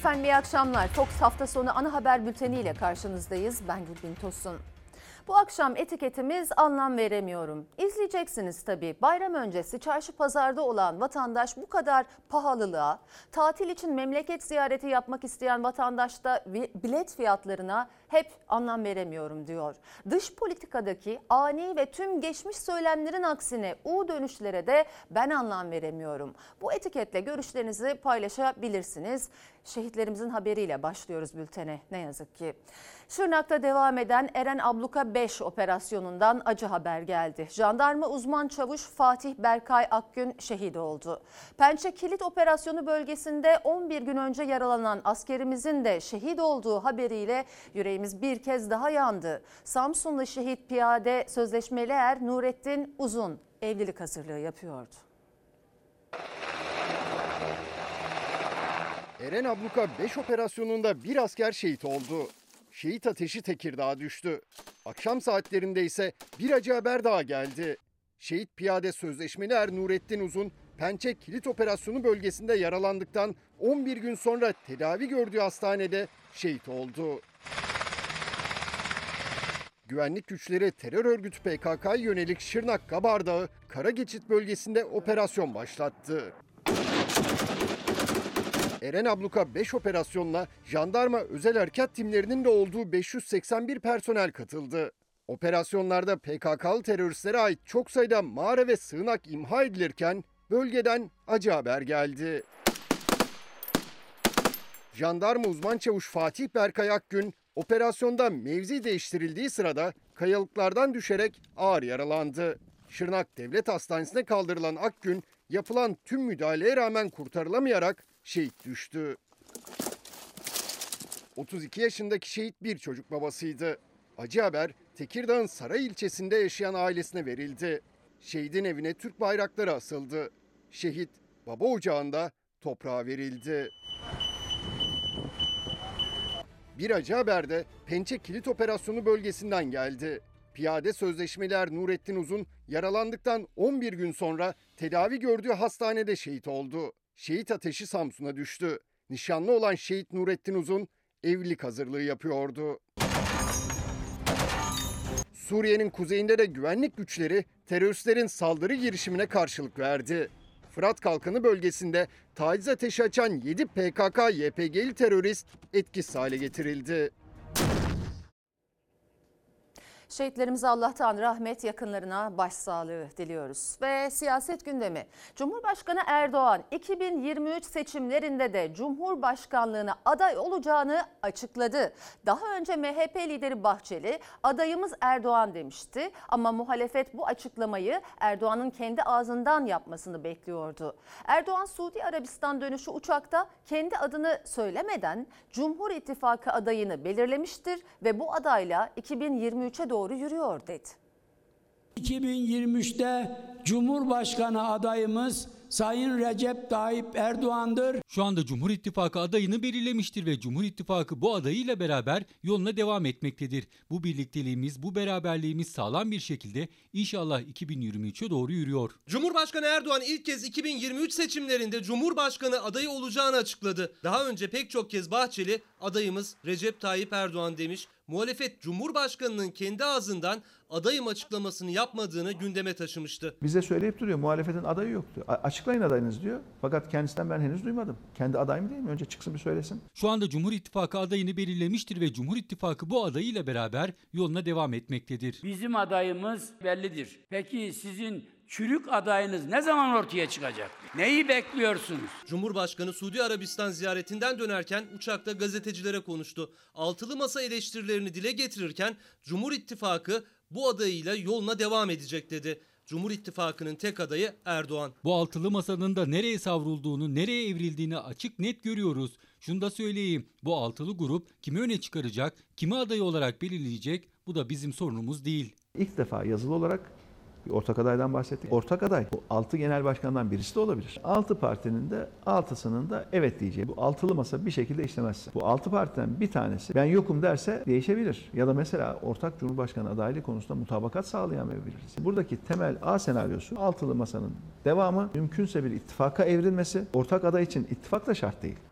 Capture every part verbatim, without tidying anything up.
Efendim iyi akşamlar. Fox hafta sonu ana haber bülteniyle karşınızdayız. Ben Gülbin Tosun. Bu akşam etiketimiz anlam veremiyorum. İzleyeceksiniz tabii. Bayram öncesi çarşı pazarda olan vatandaş bu kadar pahalılığa, tatil için memleket ziyareti yapmak isteyen vatandaş da bilet fiyatlarına hep anlam veremiyorum diyor. Dış politikadaki ani ve tüm geçmiş söylemlerin aksine U dönüşlere de ben anlam veremiyorum. Bu etiketle görüşlerinizi paylaşabilirsiniz. Şehitlerimizin haberiyle başlıyoruz bültene ne yazık ki. Şırnak'ta devam eden Eren Abluka beş operasyonundan acı haber geldi. Jandarma uzman çavuş Fatih Berkay Akgün şehit oldu. Pençe Kilit Operasyonu bölgesinde on bir gün önce yaralanan askerimizin de şehit olduğu haberiyle yüreğimiz bir kez daha yandı. Samsunlu şehit piyade sözleşmeli er Nurettin Uzun evlilik hazırlığı yapıyordu. Eren Abluka beş operasyonunda bir asker şehit oldu. Şehit ateşi Tekirdağ'a düştü. Akşam saatlerinde ise bir acı haber daha geldi. Şehit piyade sözleşmeli er Nurettin Uzun, Pençe Kilit Operasyonu bölgesinde yaralandıktan on bir gün sonra tedavi gördüğü hastanede şehit oldu. Güvenlik güçleri terör örgütü P K K'ya yönelik Şırnak Gabardağı Karageçit bölgesinde operasyon başlattı. Eren Abluka beş operasyonla jandarma özel harekat timlerinin de olduğu beş yüz seksen bir personel katıldı. Operasyonlarda P K K'lı teröristlere ait çok sayıda mağara ve sığınak imha edilirken bölgeden acı haber geldi. Jandarma uzman çavuş Fatih Berkay Akgün operasyonda mevzi değiştirildiği sırada kayalıklardan düşerek ağır yaralandı. Şırnak Devlet Hastanesi'ne kaldırılan Akgün yapılan tüm müdahaleye rağmen kurtarılamayarak şehit düştü. otuz iki yaşındaki şehit bir çocuk babasıydı. Acı haber Tekirdağ'ın Saray ilçesinde yaşayan ailesine verildi. Şehidin evine Türk bayrakları asıldı. Şehit baba ocağında toprağa verildi. Bir acı haber de Pençe Kilit Operasyonu bölgesinden geldi. Piyade sözleşmeli er Nurettin Uzun yaralandıktan on bir gün sonra tedavi gördüğü hastanede şehit oldu. Şehit ateşi Samsun'a düştü. Nişanlı olan şehit Nurettin Uzun evlilik hazırlığı yapıyordu. Suriye'nin kuzeyinde de güvenlik güçleri teröristlerin saldırı girişimine karşılık verdi. Fırat Kalkanı bölgesinde taciz ateşi açan yedi P K K Y P G'li terörist etkisiz hale getirildi. Şehitlerimize Allah'tan rahmet, yakınlarına başsağlığı diliyoruz. Ve siyaset gündemi. Cumhurbaşkanı Erdoğan iki bin yirmi üç seçimlerinde de Cumhurbaşkanlığına aday olacağını açıkladı. Daha önce M H P lideri Bahçeli adayımız Erdoğan demişti ama muhalefet bu açıklamayı Erdoğan'ın kendi ağzından yapmasını bekliyordu. Erdoğan Suudi Arabistan dönüşü uçakta kendi adını söylemeden Cumhur İttifakı adayını belirlemiştir ve bu adayla iki bin yirmi üçe doğru doğru yürüyor dedi. iki bin yirmi üçte Cumhurbaşkanı adayımız Sayın Recep Tayyip Erdoğan'dır. Şu anda Cumhur İttifakı adayını belirlemiştir ve Cumhur İttifakı bu adayıyla beraber yoluna devam etmektedir. Bu birlikteliğimiz, bu beraberliğimiz sağlam bir şekilde inşallah iki bin yirmi üçe doğru yürüyor. Cumhurbaşkanı Erdoğan ilk kez iki bin yirmi üç seçimlerinde Cumhurbaşkanı adayı olacağını açıkladı. Daha önce pek çok kez Bahçeli adayımız Recep Tayyip Erdoğan demiş. Muhalefet Cumhurbaşkanı'nın kendi ağzından adayım açıklamasını yapmadığını gündeme taşımıştı. Bize söyleyip duruyor, muhalefetin adayı yoktu. Açıklayın adayınız diyor. Fakat kendisinden ben henüz duymadım. Kendi adayım değil mi? Önce çıksın bir söylesin. Şu anda Cumhur İttifakı adayını belirlemiştir ve Cumhur İttifakı bu adayıyla beraber yoluna devam etmektedir. Bizim adayımız bellidir. Peki sizin çürük adayınız ne zaman ortaya çıkacak? Neyi bekliyorsunuz? Cumhurbaşkanı Suudi Arabistan ziyaretinden dönerken uçakta gazetecilere konuştu. Altılı masa eleştirilerini dile getirirken Cumhur İttifakı bu adayıyla yoluna devam edecek dedi. Cumhur İttifakı'nın tek adayı Erdoğan. Bu altılı masanın da nereye savrulduğunu, nereye evrildiğini açık net görüyoruz. Şunu da söyleyeyim, bu altılı grup kimi öne çıkaracak, kimi aday olarak belirleyecek, bu da bizim sorunumuz değil. İlk defa yazılı olarak bir ortak adaydan bahsettik. Ortak aday bu altı genel başkandan birisi de olabilir. Altı partinin de altısının da evet diyeceği. Bu altılı masa bir şekilde işlemezse. Bu altı partiden bir tanesi ben yokum derse değişebilir. Ya da mesela ortak Cumhurbaşkanı adaylığı konusunda mutabakat sağlayamayabiliriz. Buradaki temel A senaryosu altılı masanın devamı, mümkünse bir ittifaka evrilmesi. Ortak aday için ittifak da şart değil.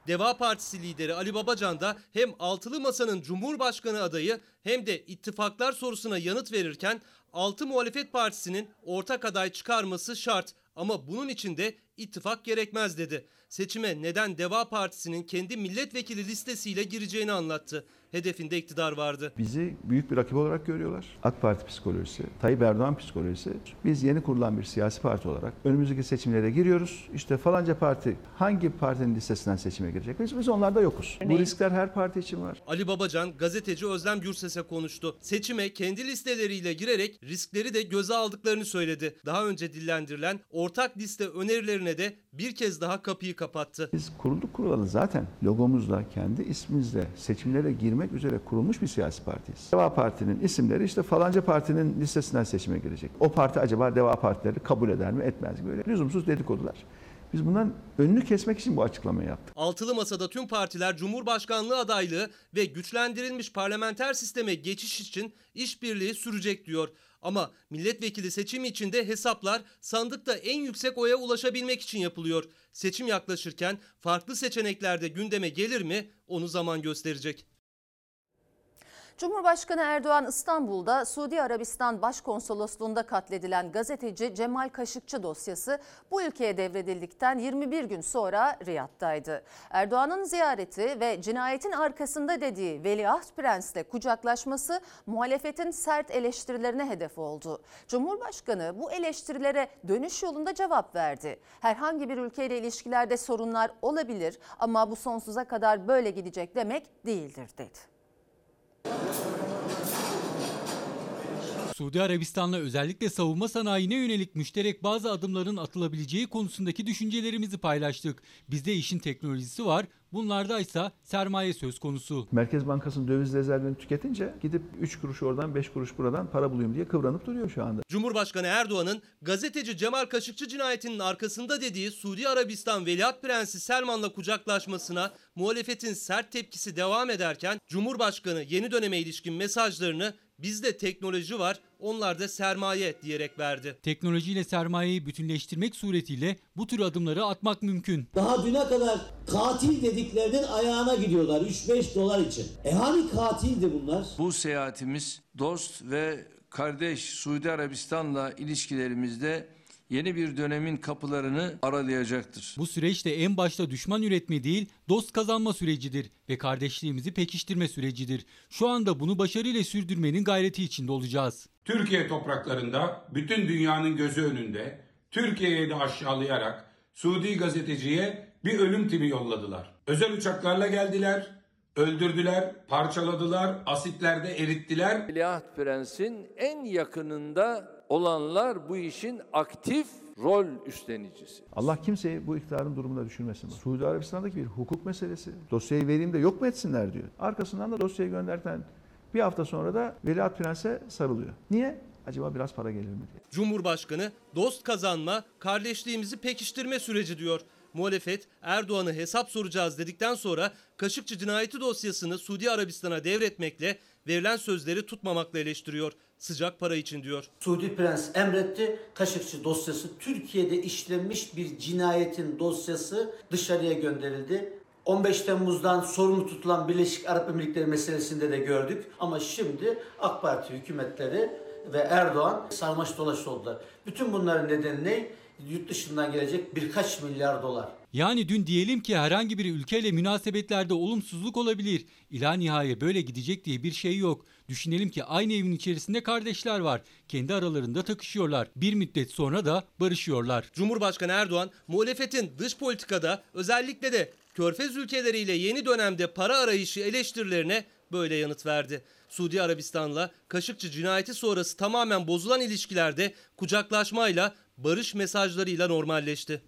Deva Partisi lideri Ali Babacan da hem Altılı Masa'nın Cumhurbaşkanı adayı hem de ittifaklar sorusuna yanıt verirken altı muhalefet partisinin ortak aday çıkarması şart ama bunun için de ittifak gerekmez dedi. Seçime neden Deva Partisi'nin kendi milletvekili listesiyle gireceğini anlattı. Hedefinde iktidar vardı. Bizi büyük bir rakip olarak görüyorlar. AK Parti psikolojisi, Tayyip Erdoğan psikolojisi. Biz yeni kurulan bir siyasi parti olarak önümüzdeki seçimlere giriyoruz. İşte falanca parti hangi partinin listesinden seçime girecek? Biz, biz onlarda yokuz. Bu riskler her parti için var. Ali Babacan gazeteci Özlem Gürses'e konuştu. Seçime kendi listeleriyle girerek riskleri de göze aldıklarını söyledi. Daha önce dillendirilen ortak liste önerilerine de bir kez daha kapıyı kapattı. Biz kurulduk kurulalı zaten logomuzla, kendi ismimizle seçimlere girmek üzere kurulmuş bir siyasi partiyiz. Deva Parti'nin isimleri işte falanca partinin listesinden seçime girecek. O parti acaba Deva Partileri kabul eder mi etmez mi? Böyle lüzumsuz dedikodular. Biz bundan önünü kesmek için bu açıklamayı yaptık. Altılı Masa'da tüm partiler Cumhurbaşkanlığı adaylığı ve güçlendirilmiş parlamenter sisteme geçiş için işbirliği sürecek diyor. Ama milletvekili seçimi için de hesaplar sandıkta en yüksek oya ulaşabilmek için yapılıyor. Seçim yaklaşırken farklı seçenekler de gündeme gelir mi onu zaman gösterecek. Cumhurbaşkanı Erdoğan İstanbul'da Suudi Arabistan Başkonsolosluğu'nda katledilen gazeteci Cemal Kaşıkçı dosyası bu ülkeye devredildikten yirmi bir gün sonra Riyad'daydı. Erdoğan'ın ziyareti ve cinayetin arkasında dediği Veliaht Prens'le kucaklaşması muhalefetin sert eleştirilerine hedef oldu. Cumhurbaşkanı bu eleştirilere dönüş yolunda cevap verdi. Herhangi bir ülkeyle ilişkilerde sorunlar olabilir ama bu sonsuza kadar böyle gidecek demek değildir dedi. Suudi Arabistan'la özellikle savunma sanayine yönelik müşterek bazı adımların atılabileceği konusundaki düşüncelerimizi paylaştık. Bizde işin teknolojisi var, bunlarda ise sermaye söz konusu. Merkez Bankası'nın döviz rezervlerini tüketince gidip üç kuruş oradan beş kuruş buradan para bulayım diye kıvranıp duruyor şu anda. Cumhurbaşkanı Erdoğan'ın gazeteci Cemal Kaşıkçı cinayetinin arkasında dediği Suudi Arabistan Veliaht Prensi Selman'la kucaklaşmasına muhalefetin sert tepkisi devam ederken Cumhurbaşkanı yeni döneme ilişkin mesajlarını bizde teknoloji var, onlar da sermaye diyerek verdi. Teknolojiyle sermayeyi bütünleştirmek suretiyle bu tür adımları atmak mümkün. Daha düne kadar katil dediklerinin ayağına gidiyorlar üç beş dolar için. E hani katildi bunlar? Bu seyahatimiz dost ve kardeş Suudi Arabistan'la ilişkilerimizde yeni bir dönemin kapılarını aralayacaktır. Bu süreç de en başta düşman üretme değil, dost kazanma sürecidir ve kardeşliğimizi pekiştirme sürecidir. Şu anda bunu başarıyla sürdürmenin gayreti içinde olacağız. Türkiye topraklarında bütün dünyanın gözü önünde Türkiye'yi de aşağılayarak Suudi gazeteciye bir ölüm timi yolladılar. Özel uçaklarla geldiler, öldürdüler, parçaladılar, asitlerde erittiler. Veliaht Prens'in en yakınında olanlar bu işin aktif rol üstlenicisi. Allah kimseyi bu iktidarın durumuna düşürmesin. Suudi Arabistan'daki bir hukuk meselesi. Dosyayı vereyim de yok mu etsinler diyor. Arkasından da dosyayı gönderden bir hafta sonra da Veliaht Prens'e sarılıyor. Niye? Acaba biraz para gelir mi diye. Cumhurbaşkanı dost kazanma, kardeşliğimizi pekiştirme süreci diyor. Muhalefet Erdoğan'ı hesap soracağız dedikten sonra Kaşıkçı cinayeti dosyasını Suudi Arabistan'a devretmekle verilen sözleri tutmamakla eleştiriyor. Sıcak para için diyor. Suudi Prens emretti. Kaşıkçı dosyası Türkiye'de işlenmiş bir cinayetin dosyası dışarıya gönderildi. on beş Temmuz'dan sorumlu tutulan Birleşik Arap Emirlikleri meselesinde de gördük. Ama şimdi AK Parti hükümetleri ve Erdoğan sarmaş dolaş oldular. Bütün bunların nedeni ne? Yurt dışından gelecek birkaç milyar dolar. Yani dün diyelim ki herhangi bir ülkeyle münasebetlerde olumsuzluk olabilir. İla nihaya böyle gidecek diye bir şey yok. Düşünelim ki aynı evin içerisinde kardeşler var. Kendi aralarında takışıyorlar. Bir müddet sonra da barışıyorlar. Cumhurbaşkanı Erdoğan muhalefetin dış politikada özellikle de Körfez ülkeleriyle yeni dönemde para arayışı eleştirilerine böyle yanıt verdi. Suudi Arabistan'la Kaşıkçı cinayeti sonrası tamamen bozulan ilişkilerde kucaklaşmayla, barış mesajlarıyla normalleşti.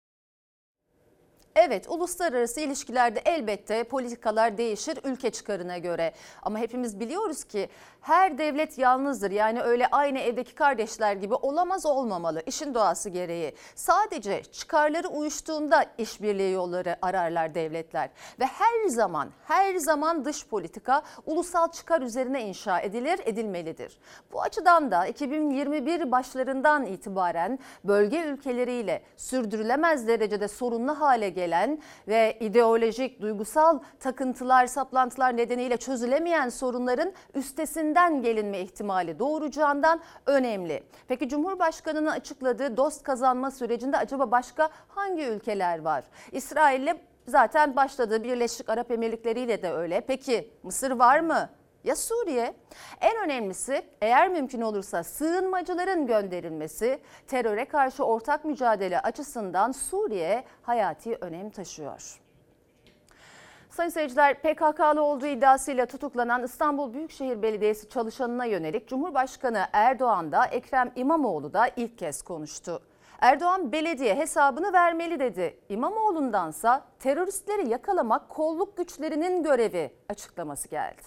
Evet, uluslararası ilişkilerde elbette politikalar değişir ülke çıkarına göre. Ama hepimiz biliyoruz ki her devlet yalnızdır. Yani öyle aynı evdeki kardeşler gibi olamaz, olmamalı. İşin doğası gereği. Sadece çıkarları uyuştuğunda işbirliği yolları ararlar devletler. Ve her zaman, her zaman dış politika ulusal çıkar üzerine inşa edilir, edilmelidir. Bu açıdan da iki bin yirmi bir başlarından itibaren bölge ülkeleriyle sürdürülemez derecede sorunlu hale gelen gelen ve ideolojik, duygusal takıntılar, saplantılar nedeniyle çözülemeyen sorunların üstesinden gelinme ihtimali doğuracağından önemli. Peki Cumhurbaşkanı'nın açıkladığı dost kazanma sürecinde acaba başka hangi ülkeler var? İsrail'le zaten başladı, Birleşik Arap Emirlikleri ile de öyle. Peki Mısır var mı? Ya Suriye? En önemlisi eğer mümkün olursa sığınmacıların gönderilmesi, teröre karşı ortak mücadele açısından Suriye hayati önem taşıyor. Sayın seyirciler, P K K'lı olduğu iddiasıyla tutuklanan İstanbul Büyükşehir Belediyesi çalışanına yönelik Cumhurbaşkanı Erdoğan da Ekrem İmamoğlu da ilk kez konuştu. Erdoğan belediye hesabını vermeli dedi. İmamoğlu'ndansa teröristleri yakalamak kolluk güçlerinin görevi açıklaması geldi.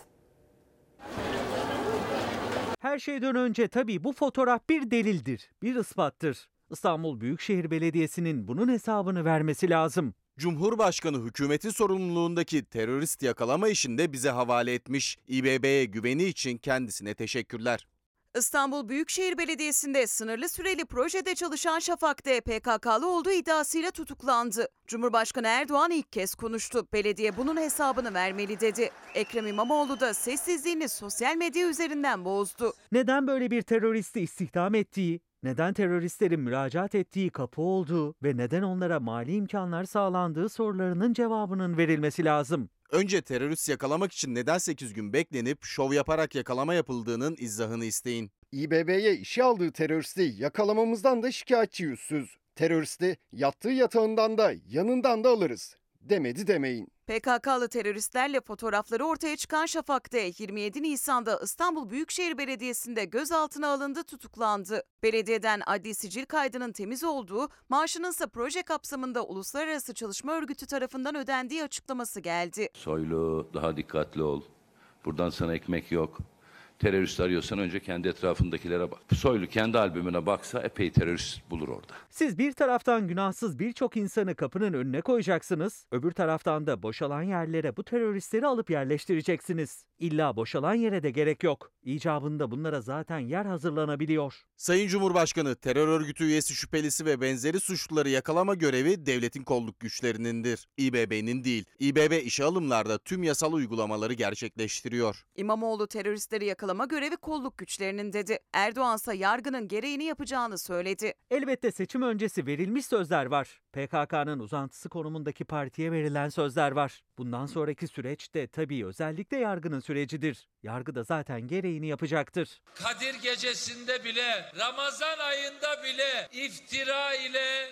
Her şeyden önce tabii bu fotoğraf bir delildir, bir ispattır. İstanbul Büyükşehir Belediyesi'nin bunun hesabını vermesi lazım. Cumhurbaşkanı hükümetin sorumluluğundaki terörist yakalama işinde bize havale etmiş. İ B B'ye güveni için kendisine teşekkürler. İstanbul Büyükşehir Belediyesi'nde sınırlı süreli projede çalışan Şafak D. P K K'lı olduğu iddiasıyla tutuklandı. Cumhurbaşkanı Erdoğan ilk kez konuştu. Belediye bunun hesabını vermeli dedi. Ekrem İmamoğlu da sessizliğini sosyal medya üzerinden bozdu. Neden böyle bir teröristi istihdam ettiği, neden teröristlerin müracaat ettiği kapı olduğu ve neden onlara mali imkanlar sağlandığı sorularının cevabının verilmesi lazım. Önce terörist yakalamak için neden sekiz gün beklenip şov yaparak yakalama yapıldığının izahını isteyin. İ B B'ye işe aldığı teröristi yakalamamızdan da şikayetçi yüzsüz. Teröristi yattığı yatağından da yanından da alırız demedi demeyin. P K K'lı teröristlerle fotoğrafları ortaya çıkan Şafak D. yirmi yedi Nisan'da İstanbul Büyükşehir Belediyesi'nde gözaltına alındı, tutuklandı. Belediyeden adli sicil kaydının temiz olduğu, maaşınınsa proje kapsamında Uluslararası Çalışma Örgütü tarafından ödendiği açıklaması geldi. Soylu, daha dikkatli ol. Buradan sana ekmek yok. Terörist arıyorsan önce kendi etrafındakilere bak. Soylu kendi albümüne baksa epey terörist bulur orada. Siz bir taraftan günahsız birçok insanı kapının önüne koyacaksınız, öbür taraftan da boşalan yerlere bu teröristleri alıp yerleştireceksiniz. İlla boşalan yere de gerek yok. İcabında bunlara zaten yer hazırlanabiliyor. Sayın Cumhurbaşkanı, terör örgütü üyesi şüphelisi ve benzeri suçluları yakalama görevi devletin kolluk güçlerinindir. İ B B'nin değil. İ B B işe alımlarda tüm yasal uygulamaları gerçekleştiriyor. İmamoğlu teröristleri yakalama görevi kolluk güçlerinin dedi. Erdoğan ise yargının gereğini yapacağını söyledi. Elbette seçim öncesi verilmiş sözler var. P K K'nın uzantısı konumundaki partiye verilen sözler var. Bundan sonraki süreç de tabii özellikle yargının sürecidir. Yargı da zaten gereğini yapacaktır. Kadir gecesinde bile, Ramazan ayında bile iftira ile,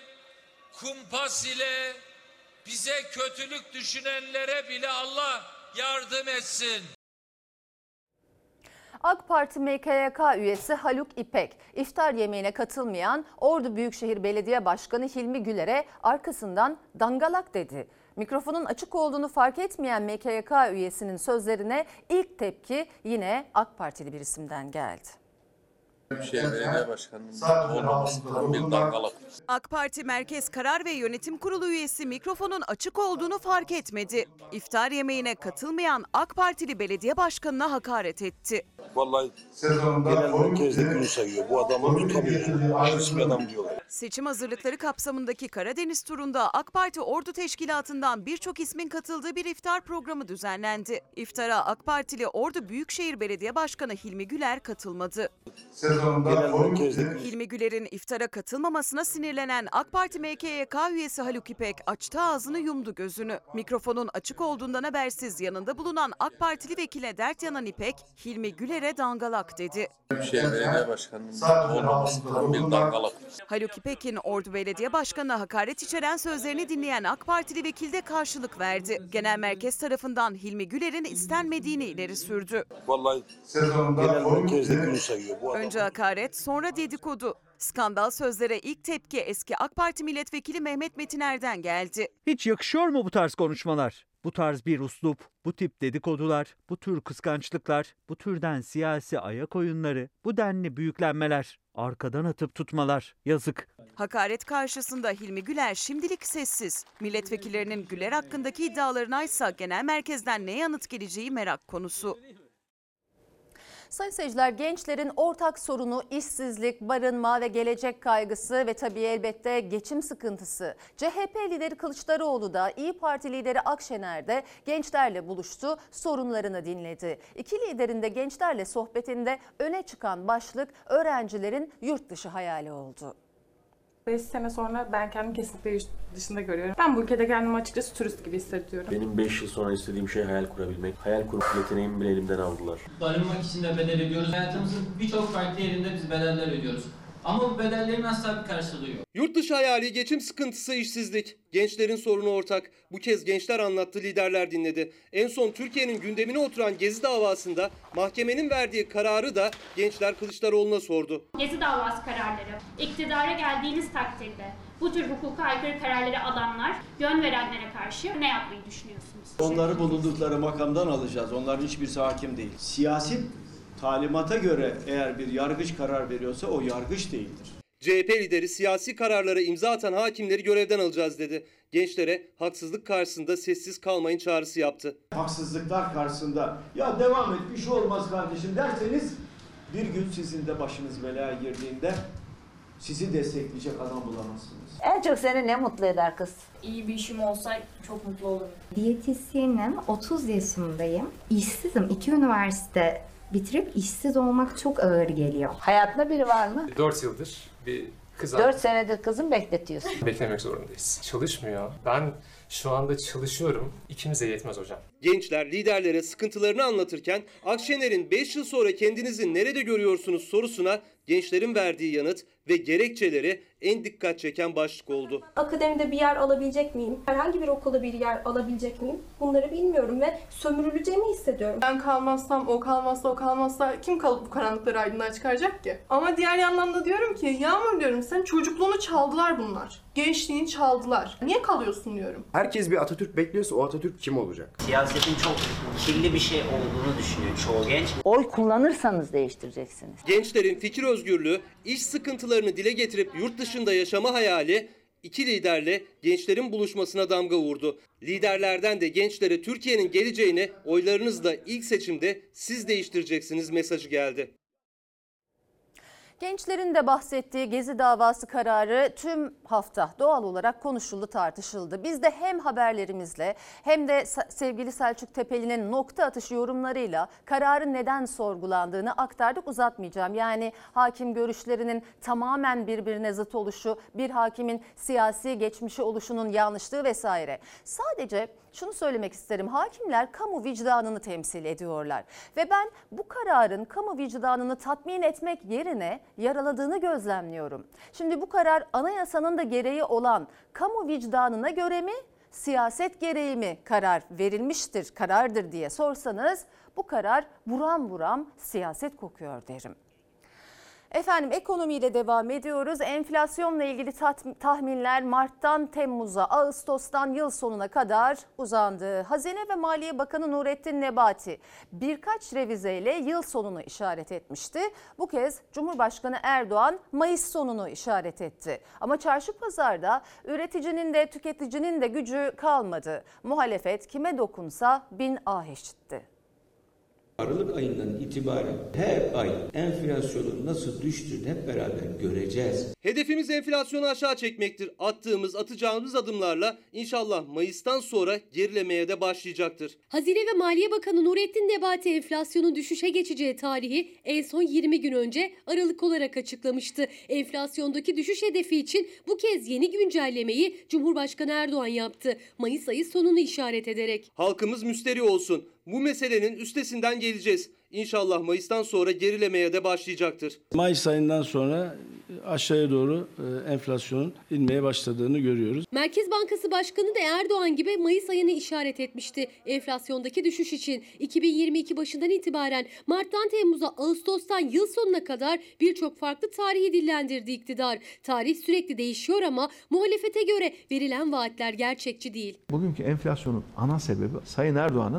kumpas ile, bize kötülük düşünenlere bile Allah yardım etsin. AK Parti M K Y K üyesi Haluk İpek, iftar yemeğine katılmayan Ordu Büyükşehir Belediye Başkanı Hilmi Güler'e arkasından dangalak dedi. Mikrofonun açık olduğunu fark etmeyen M K Y K üyesinin sözlerine ilk tepki yine AK Partili bir isimden geldi. AK Parti Merkez Karar ve Yönetim Kurulu üyesi mikrofonun açık olduğunu fark etmedi. İftar yemeğine katılmayan AK Partili belediye başkanına hakaret etti. Vallahi genel merkezde günü sayıyor. Bu adamı tutamıyor. İsmi adam diyorlar. Seçim hazırlıkları kapsamındaki Karadeniz turunda AK Parti Ordu Teşkilatı'ndan birçok ismin katıldığı bir iftar programı düzenlendi. İftara AK Partili Ordu Büyükşehir Belediye Başkanı Hilmi Güler katılmadı. Hilmi Güler'in iftara katılmamasına sinirlenen AK Parti M K Y K üyesi Haluk İpek açtı ağzını, yumdu gözünü. Mikrofonun açık olduğundan habersiz yanında bulunan AK Partili vekile dert yanan İpek, Hilmi Güler'e dangalak dedi. Haluk İpek'in Ordu Belediye Başkanı'na hakaret içeren sözlerini dinleyen AK Partili vekil de karşılık verdi. Genel merkez tarafından Hilmi Güler'in istenmediğini ileri sürdü. Vallahi genel merkezde günü sayıyor. Bu Önce hakaret, sonra dedikodu. Skandal sözlere ilk tepki eski AK Parti milletvekili Mehmet Metiner'den geldi. Hiç yakışıyor mu bu tarz konuşmalar? Bu tarz bir uslup, bu tip dedikodular, bu tür kıskançlıklar, bu türden siyasi ayak oyunları, bu denli büyüklenmeler, arkadan atıp tutmalar, yazık. Hakaret karşısında Hilmi Güler şimdilik sessiz. Milletvekillerinin Güler hakkındaki iddialarına ise genel merkezden ne yanıt geleceği merak konusu. Sayın seyirciler, gençlerin ortak sorunu işsizlik, barınma ve gelecek kaygısı ve tabii elbette geçim sıkıntısı. C H P lideri Kılıçdaroğlu da İYİ Parti lideri Akşener de gençlerle buluştu, sorunlarını dinledi. İki liderin de gençlerle sohbetinde öne çıkan başlık öğrencilerin yurt dışı hayali oldu. beş sene sonra ben kendimi kesinlikle yurt dışında görüyorum. Ben bu ülkede kendimi açıkçası turist gibi hissediyorum. Benim beş yıl sonra istediğim şey hayal kurabilmek. Hayal kurma yeteneğimi bile elimden aldılar. Barınmak için de bedel ödüyoruz. Hayatımızın birçok farklı yerinde biz bedeller ödüyoruz. Ama bu bedellerin asla bir karşılığı yok. Yurt dışı hayali, geçim sıkıntısı, işsizlik. Gençlerin sorunu ortak. Bu kez gençler anlattı, liderler dinledi. En son Türkiye'nin gündemine oturan Gezi davasında mahkemenin verdiği kararı da gençler Kılıçdaroğlu'na sordu. Gezi davası kararları, iktidara geldiğiniz takdirde bu tür hukuka aykırı kararları alanlar, yön verenlere karşı ne yapmayı düşünüyorsunuz? Onları bulundukları makamdan alacağız. Onların hiçbirisi hakim değil. Siyasi talimata göre eğer bir yargıç karar veriyorsa o yargıç değildir. C H P lideri siyasi kararlara imza atan hakimleri görevden alacağız dedi. Gençlere haksızlık karşısında sessiz kalmayın çağrısı yaptı. Haksızlıklar karşısında ya devam et bir şey olmaz kardeşim derseniz bir gün sizin de başınız belaya girdiğinde sizi destekleyecek adam bulamazsınız. En çok seni ne mutlu eder kız? İyi bir işim olsa çok mutlu olurum. Diyetisyenim, otuz yaşındayım. İşsizim. İki üniversite bitirip işsiz olmak çok ağır geliyor. Hayatında biri var mı? dört yıldır bir kız dört senedir kızım bekletiyorsun. Beklemek zorundayız. Çalışmıyor. Ben şu anda çalışıyorum. İkimize yetmez hocam. Gençler liderlere sıkıntılarını anlatırken Akşener'in beş yıl sonra kendinizi nerede görüyorsunuz sorusuna gençlerin verdiği yanıt ve gerekçeleri en dikkat çeken başlık oldu. Akademide bir yer alabilecek miyim? Herhangi bir okulda bir yer alabilecek miyim? Bunları bilmiyorum ve sömürüleceğimi hissediyorum. Ben kalmazsam, o kalmazsa, o kalmazsa kim kalıp bu karanlıkları aydınlığa çıkaracak ki? Ama diğer yandan da diyorum ki, Yağmur diyorum sen çocukluğunu çaldılar bunlar. Gençliğini çaldılar. Niye kalıyorsun diyorum. Herkes bir Atatürk bekliyorsa o Atatürk kim olacak? Siyasetin çok kirli bir şey olduğunu düşünüyor çoğu genç. Oy kullanırsanız değiştireceksiniz. Gençlerin fikir özgürlüğü, iş sıkıntılarını dile getirip yurt dışında yaşama hayali iki liderle gençlerin buluşmasına damga vurdu. Liderlerden de gençlere Türkiye'nin geleceğini oylarınızla ilk seçimde siz değiştireceksiniz mesajı geldi. Gençlerin de bahsettiği Gezi davası kararı tüm hafta doğal olarak konuşuldu, tartışıldı. Biz de hem haberlerimizle hem de sevgili Selçuk Tepeli'nin nokta atışı yorumlarıyla kararın neden sorgulandığını aktardık, uzatmayacağım. Yani hakim görüşlerinin tamamen birbirine zıt oluşu, bir hakimin siyasi geçmişi oluşunun yanlışlığı vesaire. Sadece şunu söylemek isterim, hakimler kamu vicdanını temsil ediyorlar ve ben bu kararın kamu vicdanını tatmin etmek yerine yaraladığını gözlemliyorum. Şimdi bu karar anayasanın da gereği olan kamu vicdanına göre mi, siyaset gereği mi karar verilmiştir, karardır diye sorsanız bu karar buram buram siyaset kokuyor derim. Efendim ekonomiyle devam ediyoruz. Enflasyonla ilgili tahminler Mart'tan Temmuz'a, Ağustos'tan yıl sonuna kadar uzandı. Hazine ve Maliye Bakanı Nurettin Nebati birkaç revizeyle yıl sonunu işaret etmişti. Bu kez Cumhurbaşkanı Erdoğan Mayıs sonunu işaret etti. Ama çarşı pazarda üreticinin de tüketicinin de gücü kalmadı. Muhalefet kime dokunsa bin ah işitti. Aralık ayından itibaren her ay enflasyonun nasıl düştüğünü hep beraber göreceğiz. Hedefimiz enflasyonu aşağı çekmektir. Attığımız, atacağımız adımlarla inşallah Mayıs'tan sonra gerilemeye de başlayacaktır. Hazine ve Maliye Bakanı Nurettin Nebati enflasyonun düşüşe geçeceği tarihi en son yirmi gün önce Aralık olarak açıklamıştı. Enflasyondaki düşüş hedefi için bu kez yeni güncellemeyi Cumhurbaşkanı Erdoğan yaptı. Mayıs ayı sonunu işaret ederek. Halkımız müsterih olsun. Bu meselenin üstesinden geleceğiz. İnşallah Mayıs'tan sonra gerilemeye de başlayacaktır. Mayıs ayından sonra aşağıya doğru enflasyonun inmeye başladığını görüyoruz. Merkez Bankası Başkanı da Erdoğan gibi Mayıs ayını işaret etmişti. Enflasyondaki düşüş için iki bin yirmi iki başından itibaren Mart'tan Temmuz'a, Ağustos'tan yıl sonuna kadar birçok farklı tarihi dillendirdi iktidar. Tarih sürekli değişiyor ama muhalefete göre verilen vaatler gerçekçi değil. Bugünkü enflasyonun ana sebebi Sayın Erdoğan'ın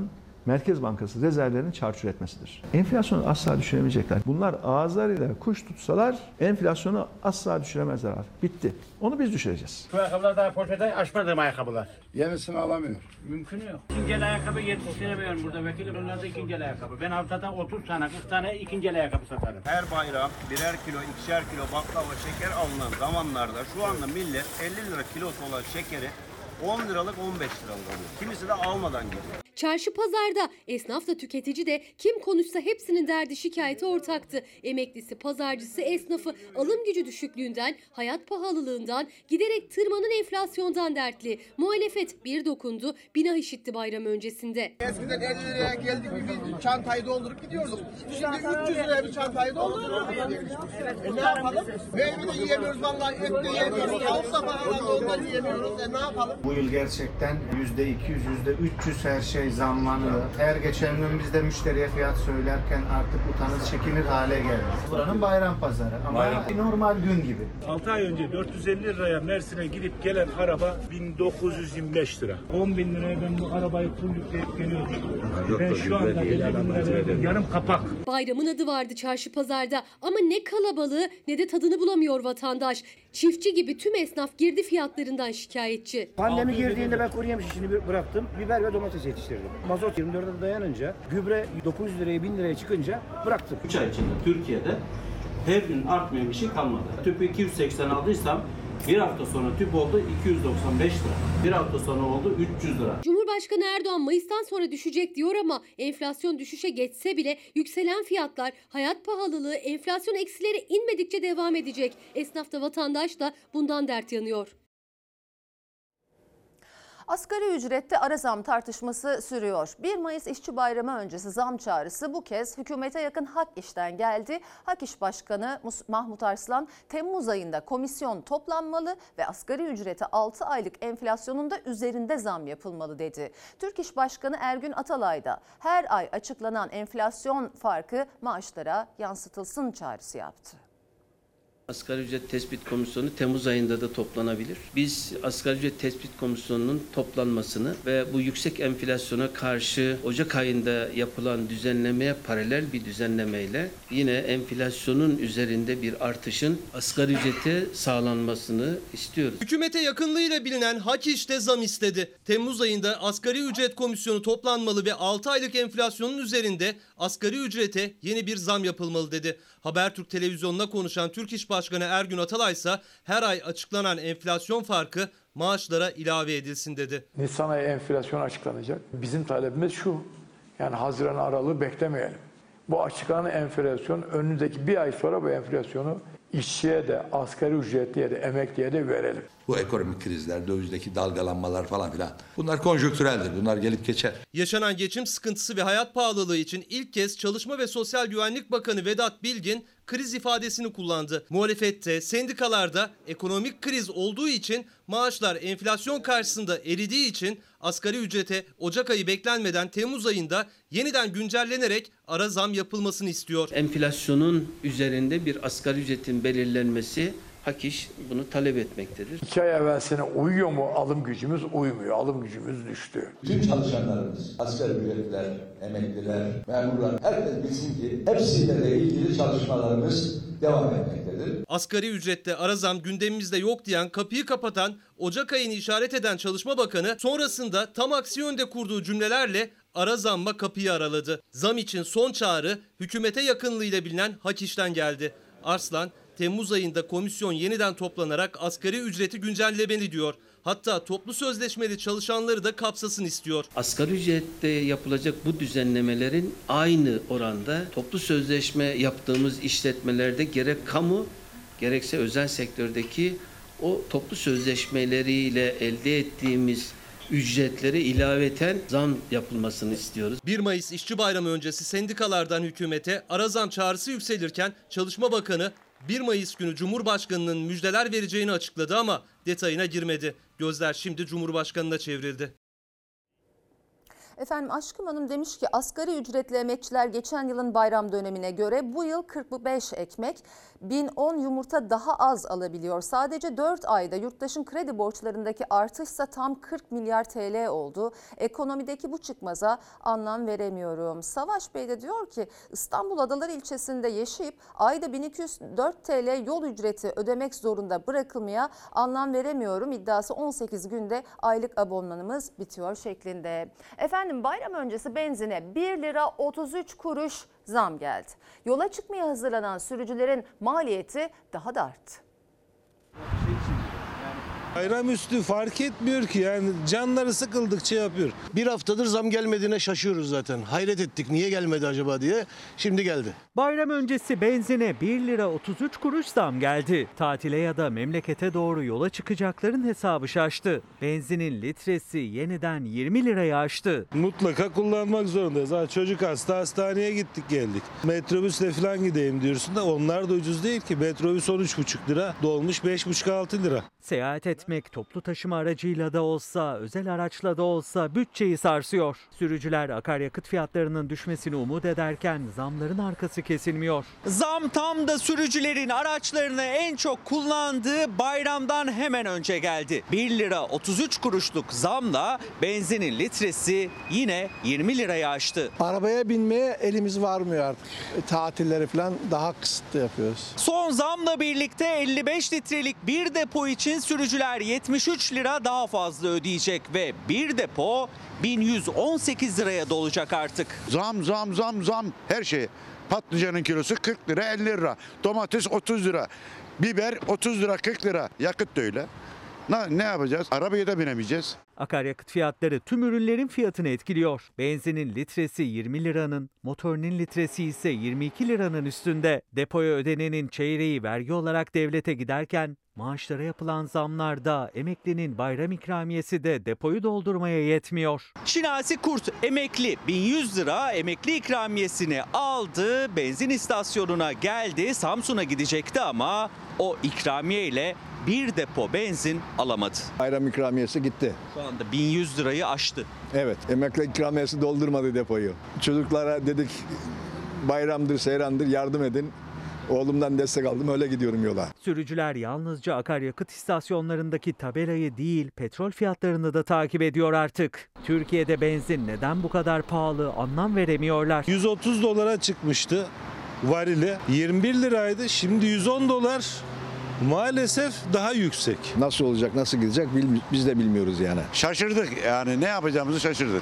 Merkez Bankası rezervlerini çarçur etmesidir. Enflasyonu asla düşüremeyecekler. Bunlar ağızlarıyla kuş tutsalar enflasyonu asla düşüremezler abi. Bitti. Onu biz düşüreceğiz. Şu ayakkabılar daha poşete açmadığım ayakkabılar. Yenisini alamıyor. Mümkün yok. İkinci el ayakkabı yetiştiremiyorum burada vekilim. Onlar da ikinci el ayakkabı. Ben haftada otuz tane, kırk tane ikinci el ayakkabı satarım. Her bayram birer kilo, ikişer kilo baklava, şeker alınan zamanlarda şu anda millet elli lira kilosu olan şekeri on liralık on beş liralık alıyor. Kimisi de almadan gidiyor. Çarşı pazarda esnafla tüketici de kim konuşsa hepsinin derdi şikayeti ortaktı. Emeklisi, pazarcısı, esnafı alım gücü düşüklüğünden, hayat pahalılığından, giderek tırmanan enflasyondan dertli. Muhalefet bir dokundu, bina işitti bayram öncesinde. Eskiden elli liraya geldik bir çantayı doldurup gidiyorduk. Şimdi üç yüz liraya bir çantayı doldurup e ne yapalım? Meyve de yiyemiyoruz vallahi, et de yiyemiyoruz. Tavuk da pahalandı, onları yiyemiyoruz. E ne yapalım? Bu yıl gerçekten yüzde iki yüz, yüzde üç yüz her şey zamlanıyor. Her geçen gün biz de müşteriye fiyat söylerken artık utanır, çekinir hale geldi. Buranın bayram pazarı ama bayram. normal gün gibi. altı ay önce dört yüz elli liraya Mersin'e gidip gelen araba bin dokuz yüz yirmi beş lira. on bin liraya ben bu arabayı full yükleyip geliyordum. Ben şu anda elli bin liraya yarım kapak. Bayramın adı vardı çarşı pazarda ama ne kalabalığı ne de tadını bulamıyor vatandaş. Çiftçi gibi tüm esnaf girdi fiyatlarından şikayetçi. Pandemi girdiğinde ben kuru yemiş işini bıraktım. Biber ve domates yetiştirdim. Mazot yirmi dörde dayanınca, gübre dokuz yüz liraya bin liraya çıkınca bıraktım. üç ay içinde Türkiye'de her gün artmayan bir şey kalmadı. Tüpü iki yüz seksen aldıysam bir hafta sonra tüp oldu iki yüz doksan beş lira. Bir hafta sonra oldu üç yüz lira. Cumhurbaşkanı Erdoğan Mayıs'tan sonra düşecek diyor ama enflasyon düşüşe geçse bile yükselen fiyatlar, hayat pahalılığı, enflasyon eksileri inmedikçe devam edecek. Esnaf da vatandaş da bundan dert yanıyor. Asgari ücrette ara zam tartışması sürüyor. bir Mayıs İşçi Bayramı öncesi zam çağrısı bu kez hükümete yakın Hak İş'ten geldi. Hak İş Başkanı Mahmut Arslan, Temmuz ayında komisyon toplanmalı ve asgari ücrete altı aylık enflasyonun da üzerinde zam yapılmalı dedi. Türk İş Başkanı Ergün Atalay da her ay açıklanan enflasyon farkı maaşlara yansıtılsın çağrısı yaptı. Asgari ücret tespit komisyonu Temmuz ayında da toplanabilir. Biz asgari ücret tespit komisyonunun toplanmasını ve bu yüksek enflasyona karşı Ocak ayında yapılan düzenlemeye paralel bir düzenlemeyle yine enflasyonun üzerinde bir artışın asgari ücrete sağlanmasını istiyoruz. Hükümete yakınlığıyla bilinen Hak İş'te zam istedi. Temmuz ayında asgari ücret komisyonu toplanmalı ve altı aylık enflasyonun üzerinde asgari ücrete yeni bir zam yapılmalı dedi. Habertürk televizyonuna konuşan Türk İş Başkanı Ergün Atalay ise her ay açıklanan enflasyon farkı maaşlara ilave edilsin dedi. Nisan ayı enflasyon açıklanacak. Bizim talebimiz şu, yani Haziran aralığı beklemeyelim. Bu açıklanan enflasyon önümüzdeki bir ay sonra bu enflasyonu işçiye de, asgari ücretliye de, emekliye de verelim. Bu ekonomik krizler, dövizdeki dalgalanmalar falan filan bunlar konjonktüreldir. Bunlar gelip geçer. Yaşanan geçim sıkıntısı ve hayat pahalılığı için ilk kez Çalışma ve Sosyal Güvenlik Bakanı Vedat Bilgin kriz ifadesini kullandı. Muhalefette, sendikalarda ekonomik kriz olduğu için maaşlar enflasyon karşısında eridiği için asgari ücrete Ocak ayı beklenmeden Temmuz ayında yeniden güncellenerek ara zam yapılmasını istiyor. Enflasyonun üzerinde bir asgari ücretin belirlenmesi Hak İş bunu talep etmektedir. İki ay evvelsine uyuyor mu alım gücümüz? Uymuyor. Alım gücümüz düştü. Tüm çalışanlarımız, asgari ücretliler, emekliler, memurlar, herkes bilsin ki hepsiyle ilgili çalışmalarımız devam etmektedir. Asgari ücrette ara zam gündemimizde yok diyen, kapıyı kapatan, Ocak ayını işaret eden Çalışma Bakanı sonrasında tam aksi yönde kurduğu cümlelerle ara zamma kapıyı araladı. Zam için son çağrı hükümete yakınlığıyla bilinen Hak İş'ten geldi. Arslan, Temmuz ayında komisyon yeniden toplanarak asgari ücreti güncellemeli diyor. Hatta toplu sözleşmeli çalışanları da kapsasın istiyor. Asgari ücrette yapılacak bu düzenlemelerin aynı oranda toplu sözleşme yaptığımız işletmelerde gerek kamu gerekse özel sektördeki o toplu sözleşmeleriyle elde ettiğimiz ücretlere ilaveten zam yapılmasını istiyoruz. bir Mayıs İşçi Bayramı öncesi sendikalardan hükümete ara zam çağrısı yükselirken Çalışma Bakanı bir Mayıs günü Cumhurbaşkanı'nın müjdeler vereceğini açıkladı ama detayına girmedi. Gözler şimdi Cumhurbaşkanı'na çevrildi. Efendim Aşkım Hanım demiş ki asgari ücretli emekçiler geçen yılın bayram dönemine göre bu yıl kırk beş ekmek, bin on yumurta daha az alabiliyor. Sadece dört ayda yurttaşın kredi borçlarındaki artışsa tam kırk milyar T L oldu. Ekonomideki bu çıkmaza anlam veremiyorum. Savaş Bey de diyor ki İstanbul Adalar ilçesinde yaşayıp ayda bin iki yüz dört T L yol ücreti ödemek zorunda bırakılmaya anlam veremiyorum. İddiası on sekiz günde aylık abonmanımız bitiyor şeklinde. Efendim bayram öncesi benzine bir lira otuz üç kuruş zam geldi. Yola çıkmaya hazırlanan sürücülerin maliyeti daha da arttı. Bayramüstü fark etmiyor ki, yani canları sıkıldıkça yapıyor. Bir haftadır zam gelmediğine şaşıyoruz zaten. Hayret ettik, niye gelmedi acaba diye. Şimdi geldi. Bayram öncesi benzine bir lira otuz üç kuruş zam geldi. Tatile ya da memlekete doğru yola çıkacakların hesabı şaştı. Benzinin litresi yeniden yirmi liraya aştı. Mutlaka kullanmak zorundayız. Ha, çocuk hasta, hastaneye gittik geldik. Metrobüsle falan gideyim diyorsun da onlar da ucuz değil ki. Metrobüs on üç buçuk lira, dolmuş beş buçuk altı lira. Seyahat etmek toplu taşıma aracıyla da olsa, özel araçla da olsa bütçeyi sarsıyor. Sürücüler akaryakıt fiyatlarının düşmesini umut ederken zamların arkası kesilmiyor. Zam tam da sürücülerin araçlarını en çok kullandığı bayramdan hemen önce geldi. bir lira otuz üç kuruşluk zamla benzinin litresi yine yirmi liraya aştı. Arabaya binmeye elimiz varmıyor artık. Tatilleri falan daha kısıtlı yapıyoruz. Son zamla birlikte elli beş litrelik bir depo için sürücüler yetmiş üç lira daha fazla ödeyecek ve bir depo bin yüz on sekiz liraya dolacak artık. Zam zam zam zam her şey. Patlıcanın kilosu kırk lira elli lira. Domates otuz lira. Biber otuz lira kırk lira. Yakıt da öyle. Ne, ne yapacağız? Arabaya da binemeyeceğiz. Akaryakıt fiyatları tüm ürünlerin fiyatını etkiliyor. Benzinin litresi yirmi liranın, motorinin litresi ise yirmi iki liranın üstünde. Depoya ödenenin çeyreği vergi olarak devlete giderken maaşlara yapılan zamlarda emeklinin bayram ikramiyesi de depoyu doldurmaya yetmiyor. Şinasi Kurt emekli bin yüz lira emekli ikramiyesini aldı, benzin istasyonuna geldi, Samsun'a gidecekti ama o ikramiye ile bir depo benzin alamadı. Bayram ikramiyesi gitti. Şu anda bin yüz lirayı aştı. Evet, emekli ikramiyesi doldurmadı depoyu. Çocuklara dedik bayramdır, seyrandır yardım edin. Oğlumdan destek aldım, öyle gidiyorum yola. Sürücüler yalnızca akaryakıt istasyonlarındaki tabelayı değil, petrol fiyatlarını da takip ediyor artık. Türkiye'de benzin neden bu kadar pahalı anlam veremiyorlar. yüz otuz dolara çıkmıştı varili. yirmi bir liraydı, şimdi yüz on dolar. Maalesef daha yüksek. Nasıl olacak, nasıl gidecek biz de bilmiyoruz yani. Şaşırdık yani, ne yapacağımızı şaşırdık.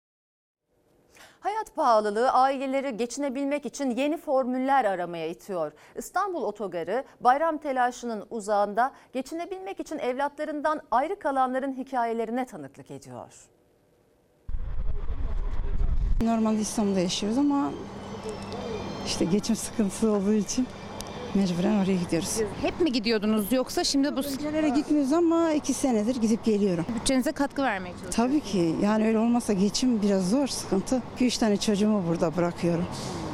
Hayat pahalılığı aileleri geçinebilmek için yeni formüller aramaya itiyor. İstanbul Otogarı bayram telaşının uzağında geçinebilmek için evlatlarından ayrı kalanların hikayelerine tanıklık ediyor. Normalde İstanbul'da yaşıyoruz ama işte geçim sıkıntısı olduğu için mecburen oraya gidiyoruz. Hep mi gidiyordunuz yoksa şimdi bu... Ülkelere gitmiyoruz ama iki senedir gidip geliyorum. Bütçenize katkı vermeye çalışıyorsunuz? Tabii ki. Yani öyle olmazsa geçim biraz zor, sıkıntı. iki üç tane çocuğumu burada bırakıyorum.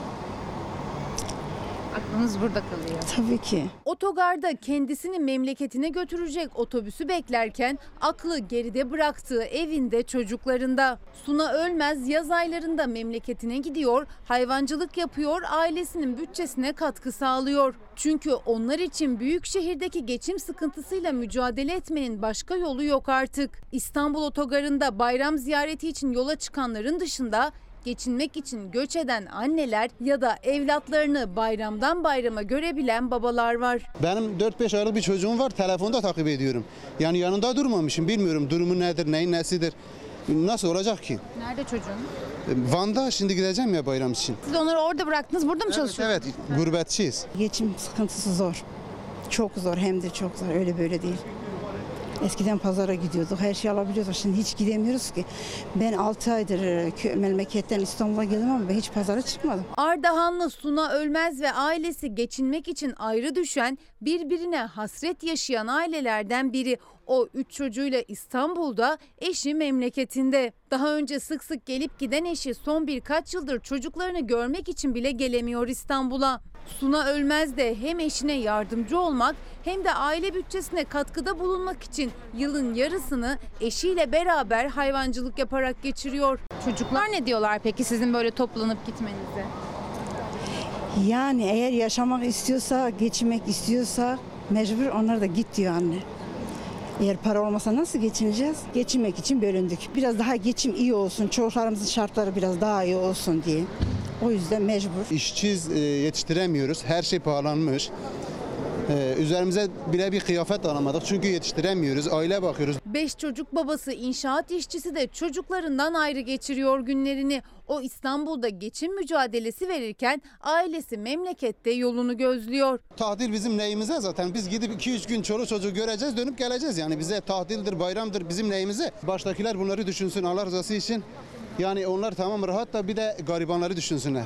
Aklınız burada kalıyor. Tabii ki. Otogarda kendisini memleketine götürecek otobüsü beklerken aklı geride bıraktığı evinde çocuklarında. Suna Ölmez yaz aylarında memleketine gidiyor, hayvancılık yapıyor, ailesinin bütçesine katkı sağlıyor. Çünkü onlar için büyük şehirdeki geçim sıkıntısıyla mücadele etmenin başka yolu yok artık. İstanbul Otogarı'nda bayram ziyareti için yola çıkanların dışında geçinmek için göç eden anneler ya da evlatlarını bayramdan bayrama görebilen babalar var. Benim dört beş aylık bir çocuğum var, telefonda takip ediyorum. Yani yanında durmamışım, bilmiyorum durumu nedir, neyin nesidir. Nasıl olacak ki? Nerede çocuğun? Van'da, şimdi gideceğim ya bayram için. Siz onları orada bıraktınız, burada mı çalışıyorsunuz? Evet, evet, gurbetçiyiz. Geçim sıkıntısı zor. Çok zor, hem de çok zor, öyle böyle değil. Eskiden pazara gidiyorduk, her şeyi alabiliyorduk. Şimdi hiç gidemiyoruz ki. Ben altı aydır memleketten İstanbul'a geldim ama ben hiç pazara çıkmadım. Ardahanlı Suna Ölmez ve ailesi geçinmek için ayrı düşen, birbirine hasret yaşayan ailelerden biri. O üç çocuğuyla İstanbul'da, eşi memleketinde. Daha önce sık sık gelip giden eşi son birkaç yıldır çocuklarını görmek için bile gelemiyor İstanbul'a. Suna Ölmez de hem eşine yardımcı olmak hem de aile bütçesine katkıda bulunmak için yılın yarısını eşiyle beraber hayvancılık yaparak geçiriyor. Çocuklar ne diyorlar peki sizin böyle toplanıp gitmenize? Yani eğer yaşamak istiyorsa, geçinmek istiyorsa mecbur onlar da git diyor anne. Eğer para olmasa nasıl geçineceğiz? Geçinmek için bölündük. Biraz daha geçim iyi olsun, çocuklarımızın şartları biraz daha iyi olsun diye. O yüzden mecbur. İşçiyiz, yetiştiremiyoruz. Her şey pahalanmış. Ee, üzerimize bile bir kıyafet alamadık çünkü yetiştiremiyoruz. Aile bakıyoruz. Beş çocuk babası inşaat işçisi de çocuklarından ayrı geçiriyor günlerini. O İstanbul'da geçim mücadelesi verirken ailesi memlekette yolunu gözlüyor. Tatil bizim neyimize zaten. Biz gidip iki üç gün çoluk çocuğu göreceğiz, dönüp geleceğiz. Yani bize tatildir, bayramdır bizim neyimize. Baştakiler bunları düşünsün Allah rızası için. Yani onlar tamam rahat da bir de garibanları düşünsünler.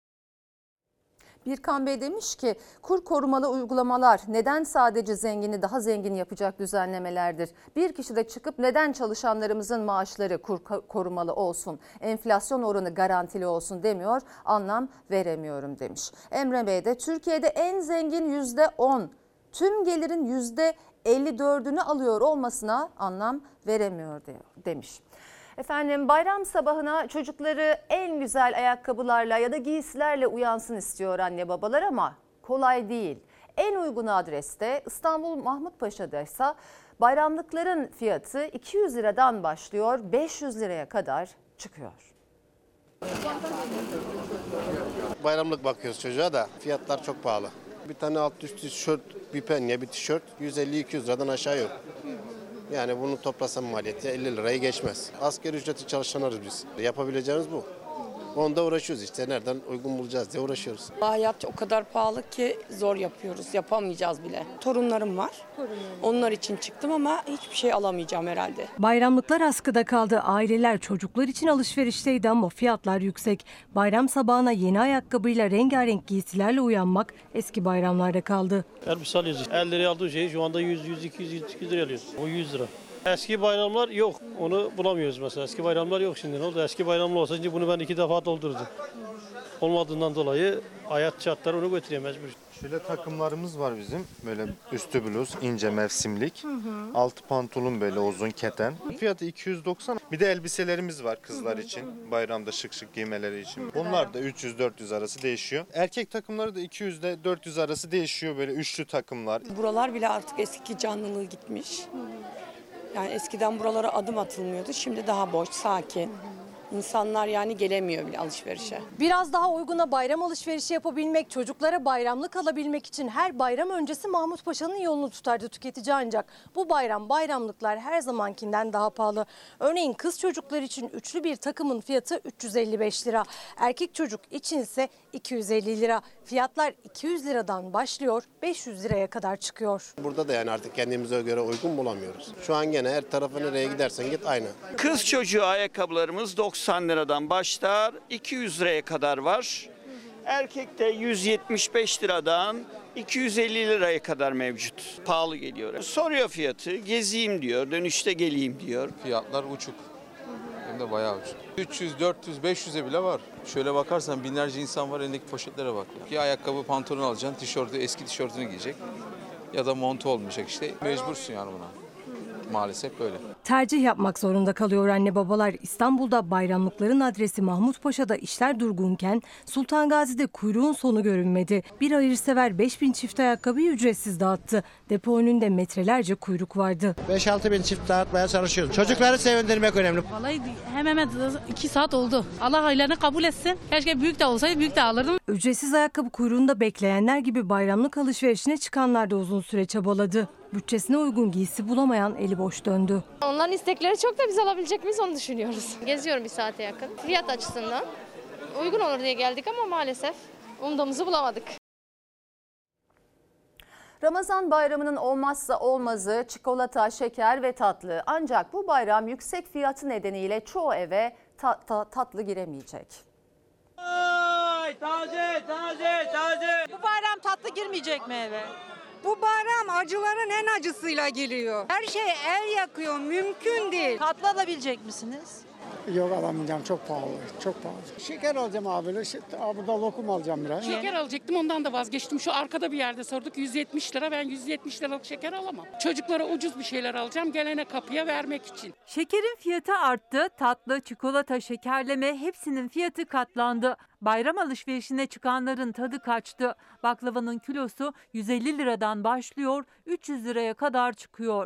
Birkan Bey demiş ki kur korumalı uygulamalar neden sadece zengini daha zengin yapacak düzenlemelerdir? Bir kişi de çıkıp neden çalışanlarımızın maaşları kur korumalı olsun, enflasyon oranı garantili olsun demiyor, anlam veremiyorum demiş. Emre Bey de Türkiye'de en zengin yüzde on, tüm gelirin yüzde elli dördünü alıyor olmasına anlam veremiyor diyor, demiş. Efendim bayram sabahına çocukları en güzel ayakkabılarla ya da giysilerle uyansın istiyor anne babalar ama kolay değil. En uygun adreste İstanbul Mahmutpaşa'da ise bayramlıkların fiyatı iki yüz liradan başlıyor, beş yüz liraya kadar çıkıyor. Bayramlık bakıyoruz çocuğa da fiyatlar çok pahalı. Bir tane alt üst tişört, bir penye, bir tişört yüz elli iki yüz liradan aşağı yok. Yani bunu toplasam maliyeti elli lirayı geçmez. Asgari ücreti çalışanlarız biz. Yapabileceğimiz bu. Onda uğraşıyoruz işte. Nereden uygun bulacağız diye uğraşıyoruz. Hayat o kadar pahalı ki zor yapıyoruz. Yapamayacağız bile. Torunlarım var. Onlar için çıktım ama hiçbir şey alamayacağım herhalde. Bayramlıklar askıda kaldı. Aileler çocuklar için alışverişteydi ama fiyatlar yüksek. Bayram sabahına yeni ayakkabıyla rengarenk giysilerle uyanmak eski bayramlarda kaldı. Elbise alıyoruz. elli liraya aldığı şeyi şu anda yüz, yüz, iki yüz, iki yüz liraya alıyoruz. O yüz lira. Eski bayramlar yok. Onu bulamıyoruz mesela. Eski bayramlar yok şimdi. Ne oldu? Eski bayramlar olsa şimdi bunu ben iki defa doldurdum. Olmadığından dolayı hayat şartları onu götürüyor mecbur. Şöyle takımlarımız var bizim. Böyle üstü bluz, ince mevsimlik. Hı hı. Altı pantolon böyle uzun keten. Fiyatı iki yüz doksan. Bir de elbiselerimiz var kızlar için. Bayramda şık şık giymeleri için. Bunlar da üç yüz dört yüz arası değişiyor. Erkek takımları da iki yüz ile dört yüz arası değişiyor. Böyle üçlü takımlar. Buralar bile artık eski canlılığı gitmiş. Yani eskiden buralara adım atılmıyordu. Şimdi daha boş, sakin. İnsanlar yani gelemiyor bile alışverişe. Biraz daha uyguna bayram alışverişi yapabilmek, çocuklara bayramlık alabilmek için her bayram öncesi Mahmutpaşa'nın yolunu tutardı tüketici ancak bu bayram bayramlıklar her zamankinden daha pahalı. Örneğin kız çocuklar için üçlü bir takımın fiyatı üç yüz elli beş lira. Erkek çocuk için ise iki yüz elli lira. Fiyatlar iki yüz liradan başlıyor, beş yüz liraya kadar çıkıyor. Burada da yani artık kendimize göre uygun bulamıyoruz. Şu an gene her tarafa nereye gidersen git aynı. Kız çocuğu ayakkabılarımız doksan liradan başlar, iki yüz liraya kadar var. Erkekte yüz yetmiş beş liradan iki yüz elli liraya kadar mevcut. Pahalı geliyor. Soruyor fiyatı, gezeyim diyor, dönüşte geleyim diyor. Fiyatlar uçuk. Hem de bayağı uçuk. üç yüz, dört yüz, beş yüze bile var. Şöyle bakarsan binlerce insan var, elindeki poşetlere bak. Ya ayakkabı, pantolon alacaksın, tişörtü, eski tişörtünü giyecek. Ya da montu olmayacak işte. Mecbursun yani buna. Maalesef böyle. Tercih yapmak zorunda kalıyor anne babalar. İstanbul'da bayramlıkların adresi Mahmutpaşa'da işler durgunken Sultan Gazi'de kuyruğun sonu görünmedi. Bir hayırsever beş bin çift ayakkabıyı ücretsiz dağıttı. Depo önünde metrelerce kuyruk vardı. beş altı bin çift dağıtmaya çalışıyoruz. Çocukları sevindirmek önemli. Vallahi hemen hemen iki saat oldu. Allah hayırlarını kabul etsin. Keşke büyük de olsaydı büyük de alırdım. Ücretsiz ayakkabı kuyruğunda bekleyenler gibi bayramlık alışverişine çıkanlar da uzun süre çabaladı. Bütçesine uygun giysi bulamayan eli boş döndü. Onların istekleri çok da biz alabilecek miyiz onu düşünüyoruz. Geziyorum bir saate yakın. Fiyat açısından uygun olur diye geldik ama maalesef umduğumuzu bulamadık. Ramazan bayramının olmazsa olmazı çikolata, şeker ve tatlı. Ancak bu bayram yüksek fiyatı nedeniyle çoğu eve ta ta tatlı giremeyecek. Ay, taze, taze, taze. Bu bayram tatlı girmeyecek mi eve? Bu bayram acıların en acısıyla geliyor. Her şey el yakıyor, mümkün değil. Tatlı alabilecek misiniz? Yok alamayacağım, çok pahalı, çok pahalı. Şeker alacağım abi, abi da lokum alacağım biraz. Şeker alacaktım, ondan da vazgeçtim. Şu arkada bir yerde sorduk, yüz yetmiş lira. Ben yüz yetmiş liralık şeker alamam. Çocuklara ucuz bir şeyler alacağım, gelene kapıya vermek için. Şekerin fiyatı arttı, tatlı, çikolata, şekerleme hepsinin fiyatı katlandı. Bayram alışverişine çıkanların tadı kaçtı. Baklavanın kilosu yüz elli liradan başlıyor, üç yüz liraya kadar çıkıyor.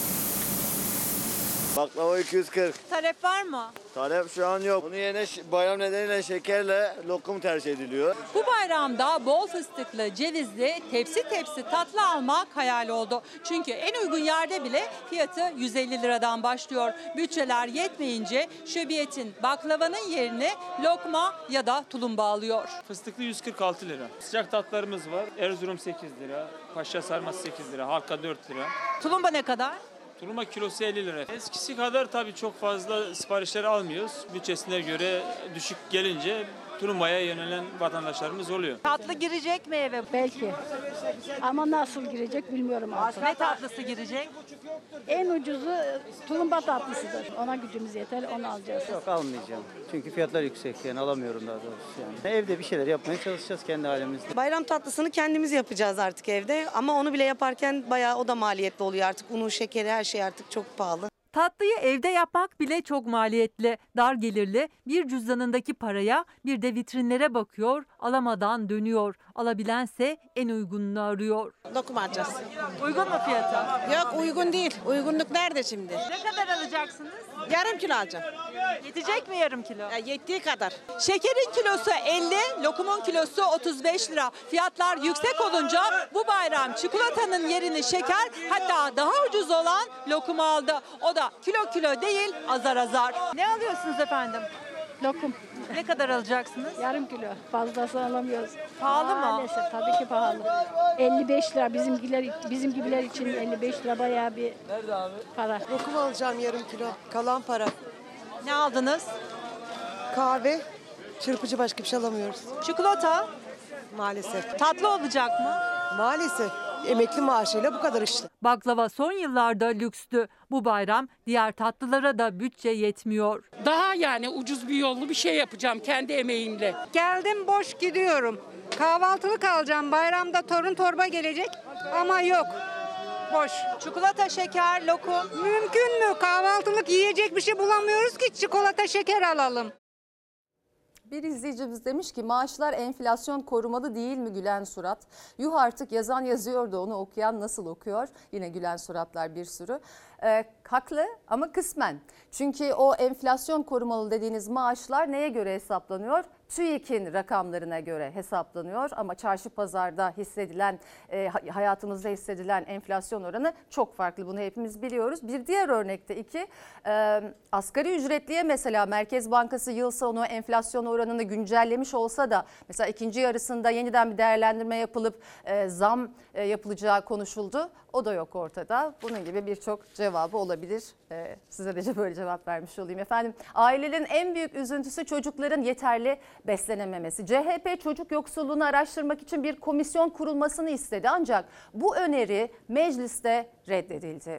Baklava iki yüz kırk. Talep var mı? Talep şu an yok. Bunun yerine bayram nedeniyle şekerle lokum tercih ediliyor. Bu bayramda bol fıstıklı, cevizli, tepsi tepsi tatlı almak hayal oldu. Çünkü en uygun yerde bile fiyatı yüz elli liradan başlıyor. Bütçeler yetmeyince şöbiyetin baklavanın yerine lokma ya da tulumba alıyor. Fıstıklı yüz kırk altı lira. Sıcak tatlarımız var. Erzurum sekiz lira. Paşa sarması sekiz lira. Halka dört lira. Tulumba ne kadar? Tulumba kilosu elli lira. Eskisi kadar tabii çok fazla siparişler almıyoruz. Bütçesine göre düşük gelince tulumbaya yönelen vatandaşlarımız oluyor. Tatlı girecek mi eve? Belki. Ama nasıl girecek bilmiyorum artık. Ne tatlısı girecek? En ucuzu tulumba tatlısıdır. Ona gücümüz yeter, onu alacağız. Yok almayacağım. Çünkü fiyatlar yüksek yani alamıyorum daha doğrusu yani. Evde bir şeyler yapmaya çalışacağız kendi halimizde. Bayram tatlısını kendimiz yapacağız artık evde ama onu bile yaparken bayağı o da maliyetli oluyor artık. Unu, şekeri her şey artık çok pahalı. Tatlıyı evde yapmak bile çok maliyetli. Dar gelirli bir cüzdanındaki paraya bir de vitrinlere bakıyor, alamadan dönüyor. Alabilense en uygununu arıyor. Lokum alacağız. Uygun mu fiyatı? Yok uygun değil. Uygunluk nerede şimdi? Ne kadar alacaksınız? Yarım kilo alacağım. Yetecek mi yarım kilo? Ya yettiği kadar. Şekerin kilosu elli, lokumun kilosu otuz beş lira. Fiyatlar yüksek olunca bu bayram çikolatanın yerini şeker, hatta daha ucuz olan lokum aldı. O da kilo kilo değil, azar azar. Ne alıyorsunuz efendim? Lokum. Ne kadar alacaksınız? Yarım kilo. Fazlası alamıyoruz. Pahalı mı? Maalesef tabii ki pahalı. elli beş lira bizimkiler bizim gibiler için elli beş lira bayağı bir para. Lokum alacağım yarım kilo. Kalan para. Ne aldınız? Kahve, çırpıcı başka bir şey alamıyoruz. Çikolata? Maalesef. Tatlı olacak mı? Maalesef. Emekli maaşıyla bu kadar işte. Baklava son yıllarda lükstü. Bu bayram diğer tatlılara da bütçe yetmiyor. Daha yani ucuz bir yollu bir şey yapacağım kendi emeğimle. Geldim boş gidiyorum. Kahvaltılık alacağım. Bayramda torun torba gelecek ama yok. Boş. Çikolata, şeker, lokum. Mümkün mü? Kahvaltılık yiyecek bir şey bulamıyoruz ki çikolata, şeker alalım. Bir izleyicimiz demiş ki maaşlar enflasyon korumalı değil mi gülen surat? Yuh artık yazan yazıyordu, onu okuyan nasıl okuyor? Yine gülen suratlar bir sürü. Ee, haklı ama kısmen. Çünkü o enflasyon korumalı dediğiniz maaşlar neye göre hesaplanıyor? TÜİK'in rakamlarına göre hesaplanıyor ama çarşı pazarda hissedilen, e, hayatımızda hissedilen enflasyon oranı çok farklı. Bunu hepimiz biliyoruz. Bir diğer örnekte iki, e, asgari ücretliye mesela Merkez Bankası yıl sonu enflasyon oranını güncellemiş olsa da mesela ikinci yarısında yeniden bir değerlendirme yapılıp e, zam e, yapılacağı konuşuldu. O da yok ortada. Bunun gibi birçok cevabı olabilir. Ee, size de böyle cevap vermiş olayım efendim. Ailelerin en büyük üzüntüsü çocukların yeterli beslenememesi. C H P çocuk yoksulluğunu araştırmak için bir komisyon kurulmasını istedi. Ancak bu öneri mecliste reddedildi.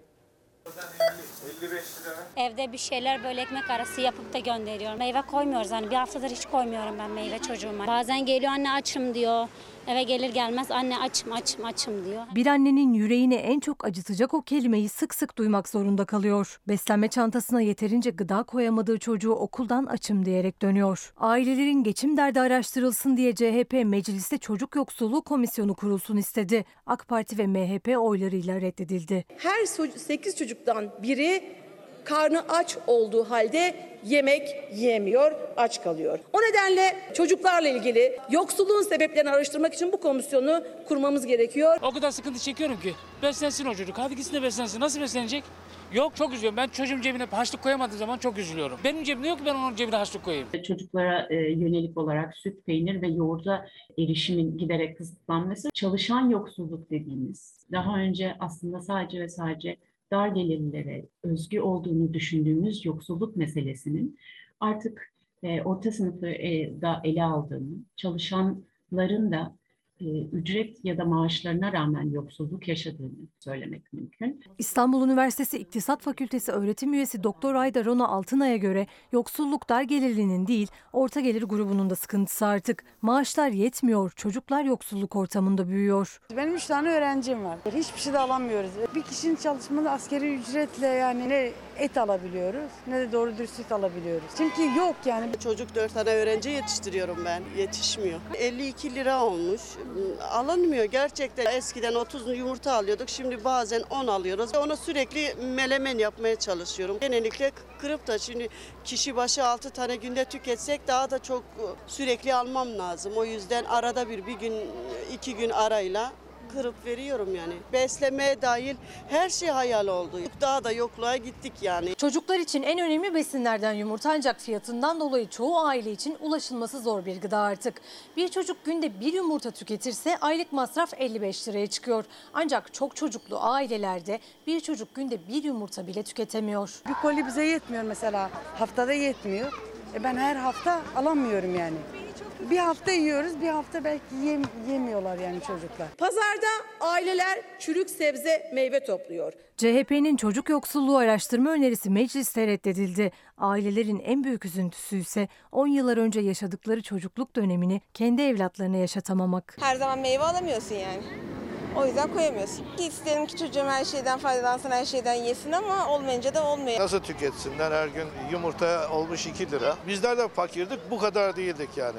Evde bir şeyler böyle ekmek arası yapıp da gönderiyorum. Meyve koymuyoruz, hani bir haftadır hiç koymuyorum ben meyve çocuğuma. Bazen geliyor anne açım diyor. Eve gelir gelmez anne açım açım açım diyor. Bir annenin yüreğini en çok acıtacak o kelimeyi sık sık duymak zorunda kalıyor. Beslenme çantasına yeterince gıda koyamadığı çocuğu okuldan açım diyerek dönüyor. Ailelerin geçim derdi araştırılsın diye C H P mecliste çocuk yoksulluğu komisyonu kurulsun istedi. AK Parti ve M H P oylarıyla reddedildi. Her sekiz çocuktan biri karnı aç olduğu halde yemek yiyemiyor, aç kalıyor. O nedenle çocuklarla ilgili yoksulluğun sebeplerini araştırmak için bu komisyonu kurmamız gerekiyor. O kadar sıkıntı çekiyorum ki beslensin o çocuk. Hadi gitsin de beslensin. Nasıl beslenecek? Yok, çok üzülüyorum. Ben çocuğum cebine harçlık koyamadığım zaman çok üzülüyorum. Benim cebimde yok ki ben onun cebine harçlık koyayım. Çocuklara e, yönelik olarak süt, peynir ve yoğurda erişimin giderek kısıtlanması, çalışan yoksulluk dediğimiz, daha önce aslında sadece ve sadece dar gelirlilere özgü olduğunu düşündüğümüz yoksulluk meselesinin artık e, orta sınıfı e, da ele aldığını, çalışanların da ücret ya da maaşlarına rağmen yoksulluk yaşadığını söylemek mümkün. İstanbul Üniversitesi İktisat Fakültesi öğretim üyesi Doktor Ayda Rona Altınay'a göre yoksulluk dar gelirlinin değil, orta gelir grubunun da sıkıntısı artık. Maaşlar yetmiyor, çocuklar yoksulluk ortamında büyüyor. Benim üç tane öğrencim var. Hiçbir şey de alamıyoruz. Bir kişinin çalışmalı asgari ücretle yani ne et alabiliyoruz ne de doğru dürüst süt alabiliyoruz. Çünkü yok yani. Çocuk dört tane öğrenci yetiştiriyorum ben. Yetişmiyor. elli iki lira olmuş. Alınmıyor gerçekten. Eskiden otuz yumurta alıyorduk. Şimdi bazen on alıyoruz. Ona sürekli melemen yapmaya çalışıyorum. Genellikle kırıp da şimdi kişi başı altı tane günde tüketsek daha da çok sürekli almam lazım. O yüzden arada bir bir gün iki gün arayla kırıp veriyorum yani. Beslemeye dahil her şey hayal oldu. Daha da yokluğa gittik yani. Çocuklar için en önemli besinlerden yumurta ancak fiyatından dolayı çoğu aile için ulaşılması zor bir gıda artık. Bir çocuk günde bir yumurta tüketirse aylık masraf elli beş liraya çıkıyor. Ancak çok çocuklu ailelerde bir çocuk günde bir yumurta bile tüketemiyor. Bir koli bize yetmiyor mesela. Haftada yetmiyor. E ben her hafta alamıyorum yani. Bir hafta yiyoruz, bir hafta belki yem, yemiyorlar yani çocuklar. Pazarda aileler çürük sebze meyve topluyor. C H P'nin çocuk yoksulluğu araştırma önerisi mecliste reddedildi. Ailelerin en büyük üzüntüsü ise on yıllar önce yaşadıkları çocukluk dönemini kendi evlatlarına yaşatamamak. Her zaman meyve alamıyorsun yani. O yüzden koyamıyorsun. İsterim ki çocuğum her şeyden faydalansın, her şeyden yesin ama olmayınca da olmuyor. Nasıl tüketsinler? Her gün yumurta olmuş iki lira. Bizler de fakirdik, bu kadar değildik yani.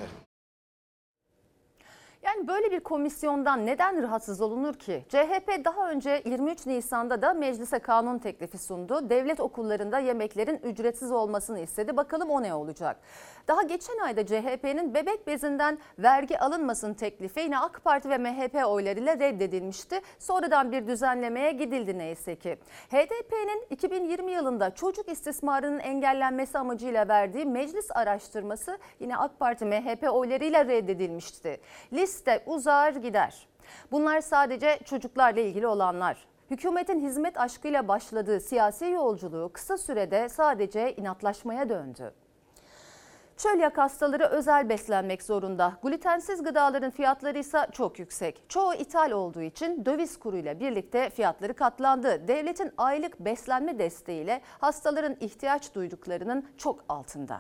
Yani böyle bir komisyondan neden rahatsız olunur ki? C H P daha önce yirmi üç Nisan'da da meclise kanun teklifi sundu. Devlet okullarında yemeklerin ücretsiz olmasını istedi. Bakalım o ne olacak? Daha geçen ayda C H P'nin bebek bezinden vergi alınmasın teklifi yine AK Parti ve M H P oylarıyla reddedilmişti. Sonradan bir düzenlemeye gidildi neyse ki. H D P'nin iki bin yirmi yılında çocuk istismarının engellenmesi amacıyla verdiği meclis araştırması yine AK Parti M H P oylarıyla reddedilmişti. Liste uzar gider. Bunlar sadece çocuklarla ilgili olanlar. Hükümetin hizmet aşkıyla başladığı siyasi yolculuğu kısa sürede sadece inatlaşmaya döndü. Çölyak hastaları özel beslenmek zorunda. Glutensiz gıdaların fiyatları ise çok yüksek. Çoğu ithal olduğu için döviz kuruyla birlikte fiyatları katlandı. Devletin aylık beslenme desteğiyle hastaların ihtiyaç duyduklarının çok altında.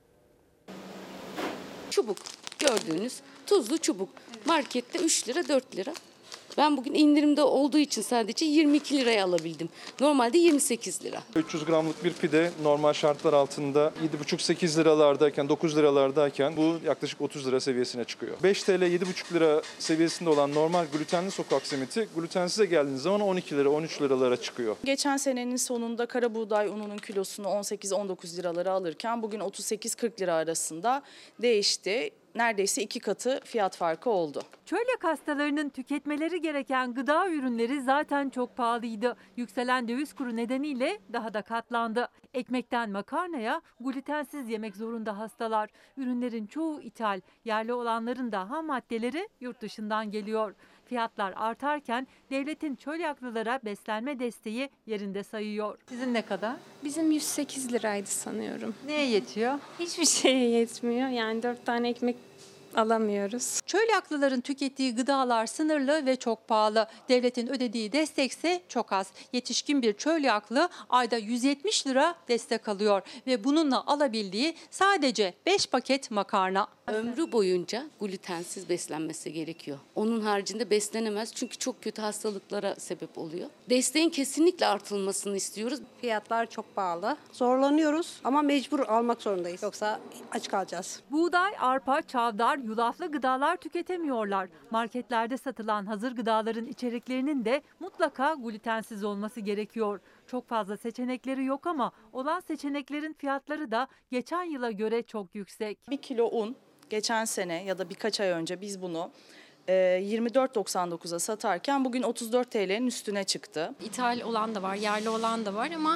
Çubuk gördüğünüz tuzlu çubuk markette üç lira dört lira. Ben bugün indirimde olduğu için sadece yirmi iki liraya alabildim. Normalde yirmi sekiz lira. üç yüz gramlık bir pide normal şartlar altında yedi buçuk sekiz liralardayken dokuz liralardayken bu yaklaşık otuz lira seviyesine çıkıyor. beş TL yedi buçuk lira seviyesinde olan normal glutenli sokak simiti glutensize geldiğiniz zaman on iki lira on üç liralara çıkıyor. Geçen senenin sonunda kara buğday ununun kilosunu on sekiz on dokuz liralara alırken bugün otuz sekiz kırk lira arasında değişti. Neredeyse iki katı fiyat farkı oldu. Çölyak hastalarının tüketmeleri gereken gıda ürünleri zaten çok pahalıydı. Yükselen döviz kuru nedeniyle daha da katlandı. Ekmekten makarnaya glutensiz yemek zorunda hastalar. Ürünlerin çoğu ithal, yerli olanların da ham maddeleri yurt dışından geliyor. Fiyatlar artarken devletin çölyaklılara beslenme desteği yerinde sayıyor. Sizin ne kadar? Bizim yüz sekiz liraydı sanıyorum. Neye yetiyor? Hiçbir şeye yetmiyor. Yani dört tane ekmek alamıyoruz. Çölyaklıların tükettiği gıdalar sınırlı ve çok pahalı. Devletin ödediği destekse çok az. Yetişkin bir çölyaklı ayda yüz yetmiş lira destek alıyor ve bununla alabildiği sadece beş paket makarna. Ömrü boyunca glutensiz beslenmesi gerekiyor. Onun haricinde beslenemez çünkü çok kötü hastalıklara sebep oluyor. Desteğin kesinlikle artırılmasını istiyoruz. Fiyatlar çok pahalı. Zorlanıyoruz ama mecbur almak zorundayız. Yoksa aç kalacağız. Buğday, arpa, çavdar, yulaflı gıdalar tüketemiyorlar. Marketlerde satılan hazır gıdaların içeriklerinin de mutlaka glutensiz olması gerekiyor. Çok fazla seçenekleri yok ama olan seçeneklerin fiyatları da geçen yıla göre çok yüksek. Bir kilo un geçen sene ya da birkaç ay önce biz bunu yirmi dört doksan dokuza satarken bugün otuz dört TL'nin üstüne çıktı. İthal olan da var, yerli olan da var ama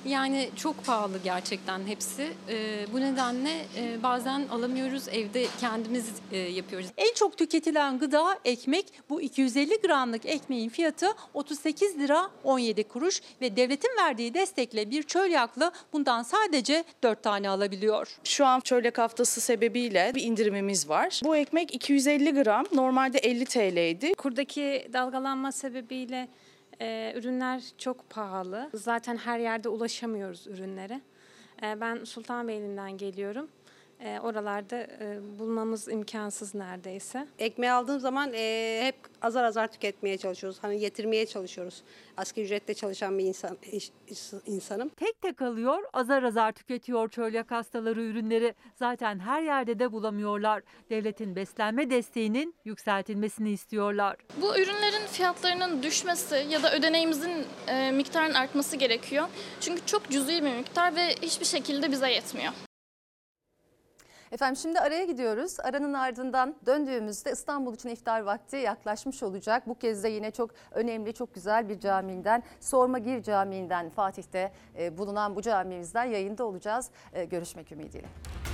Yani çok pahalı gerçekten hepsi. Ee, bu nedenle e, bazen alamıyoruz, evde kendimiz e, yapıyoruz. En çok tüketilen gıda ekmek. Bu iki yüz elli gramlık ekmeğin fiyatı otuz sekiz lira on yedi kuruş ve devletin verdiği destekle bir çölyaklı bundan sadece dört tane alabiliyor. Şu an çölyak haftası sebebiyle bir indirimimiz var. Bu ekmek iki yüz elli gram, normalde elli T L'ydi. Kurdaki dalgalanma sebebiyle e, ürünler çok pahalı. Zaten her yerde ulaşamıyoruz ürünlere. E, ben Sultanbeyli'nden geliyorum. E, oralarda e, bulmamız imkansız neredeyse. Ekmeği aldığım zaman e, hep azar azar tüketmeye çalışıyoruz. Hani yetirmeye çalışıyoruz. Asgari ücretle çalışan bir insan iş, insanım. Tek tek alıyor, azar azar tüketiyor çölyak hastaları ürünleri. Zaten her yerde de bulamıyorlar. Devletin beslenme desteğinin yükseltilmesini istiyorlar. Bu ürünlerin fiyatlarının düşmesi ya da ödeneğimizin e, miktarının artması gerekiyor. Çünkü çok cüzi bir miktar ve hiçbir şekilde bize yetmiyor. Efendim şimdi araya gidiyoruz. Aranın ardından döndüğümüzde İstanbul için iftar vakti yaklaşmış olacak. Bu kez de yine çok önemli, çok güzel bir camiinden, Sormagir Camii'nden, Fatih'te e, bulunan bu camimizden yayında olacağız. E, görüşmek ümidiyle.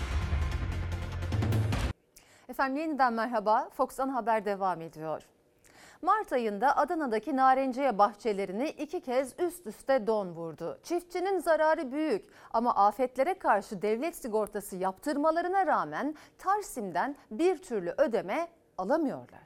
Efendim yeniden merhaba. Fox Ana Haber devam ediyor. Mart ayında Adana'daki narenciye bahçelerini iki kez üst üste don vurdu. Çiftçinin zararı büyük ama afetlere karşı devlet sigortası yaptırmalarına rağmen Tarsim'den bir türlü ödeme alamıyorlar.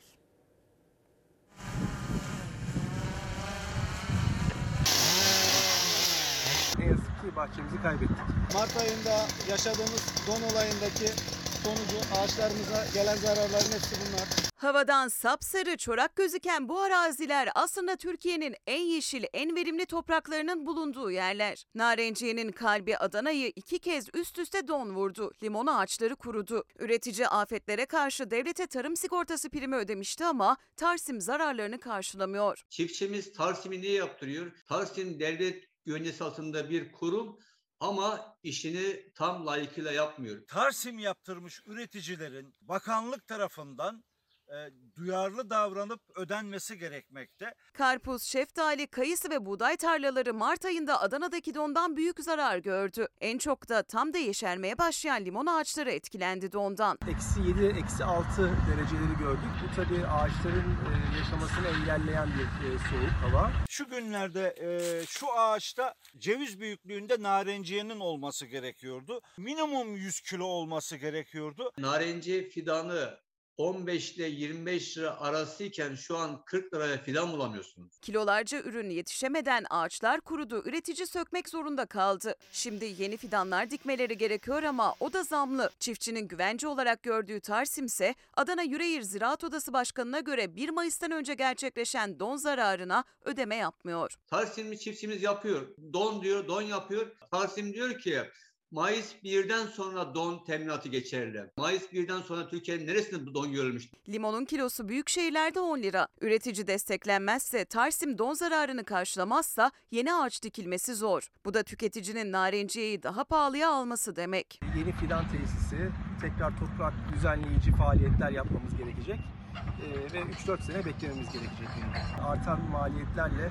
Ne yazık ki bahçemizi kaybettik. Mart ayında yaşadığımız don olayındaki sonucu ağaçlarımıza gelen zararların hepsi bunlar. Havadan sapsarı çorak gözüken bu araziler aslında Türkiye'nin en yeşil, en verimli topraklarının bulunduğu yerler. Narenciye'nin kalbi Adana'yı iki kez üst üste don vurdu. Limon ağaçları kurudu. Üretici afetlere karşı devlete tarım sigortası primi ödemişti ama Tarsim zararlarını karşılamıyor. Çiftçimiz Tarsim'i niye yaptırıyor? Tarsim devlet güvencesi altında bir kurum ama işini tam layıkıyla yapmıyor. Tarsim yaptırmış üreticilerin bakanlık tarafından e, duyarlı davranıp ödenmesi gerekmekte. Karpuz, şeftali, kayısı ve buğday tarlaları Mart ayında Adana'daki dondan büyük zarar gördü. En çok da tam da yeşermeye başlayan limon ağaçları etkilendi dondan. Eksi yedi, eksi altı dereceleri gördük. Bu tabii ağaçların e, yaşamasını engelleyen bir e, soğuk hava. Şu günlerde e, şu ağaçta ceviz büyüklüğünde narenciyenin olması gerekiyordu. Minimum yüz kilo olması gerekiyordu. Narenciye fidanı on beş ile yirmi beş lira arasıyken şu an kırk liraya fidan bulamıyorsunuz. Kilolarca ürün yetişemeden ağaçlar kurudu, üretici sökmek zorunda kaldı. Şimdi yeni fidanlar dikmeleri gerekiyor ama o da zamlı. Çiftçinin güvence olarak gördüğü Tarsim ise Adana Yüreğir Ziraat Odası Başkanı'na göre bir Mayıs'tan önce gerçekleşen don zararına ödeme yapmıyor. Tarsimli çiftçimiz yapıyor. Don diyor, don yapıyor. Tarsim diyor ki Mayıs birden sonra don teminatı geçerli. Mayıs birden sonra Türkiye'nin neresinde bu don görülmüş? Limonun kilosu büyük şehirlerde on lira. Üretici desteklenmezse, Tarsim don zararını karşılamazsa yeni ağaç dikilmesi zor. Bu da tüketicinin narenciyeyi daha pahalıya alması demek. Yeni fidan tesisi, tekrar toprak düzenleyici faaliyetler yapmamız gerekecek ee, ve üç dört sene beklememiz gerekecek. Yani. Artan maliyetlerle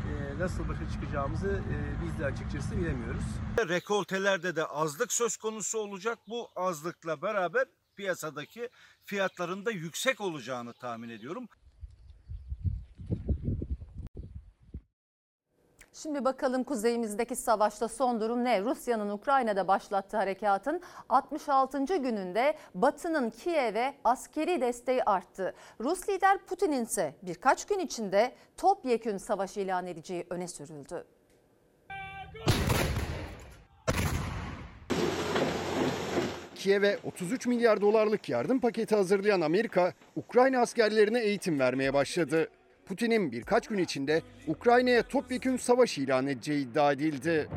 nasıl başa çıkacağımızı biz de açıkçası bilemiyoruz. Rekoltelerde de azlık söz konusu olacak. Bu azlıkla beraber piyasadaki fiyatların da yüksek olacağını tahmin ediyorum. Şimdi bakalım kuzeyimizdeki savaşta son durum ne? Rusya'nın Ukrayna'da başlattığı harekatın altmış altıncı gününde Batı'nın Kiev'e askeri desteği arttı. Rus lider Putin'in ise birkaç gün içinde topyekün savaş ilan edeceği öne sürüldü. Kiev'e otuz üç milyar dolarlık yardım paketi hazırlayan Amerika, Ukrayna askerlerine eğitim vermeye başladı. Putin'in birkaç gün içinde Ukrayna'ya topyekün savaş ilan edeceği iddia edildi.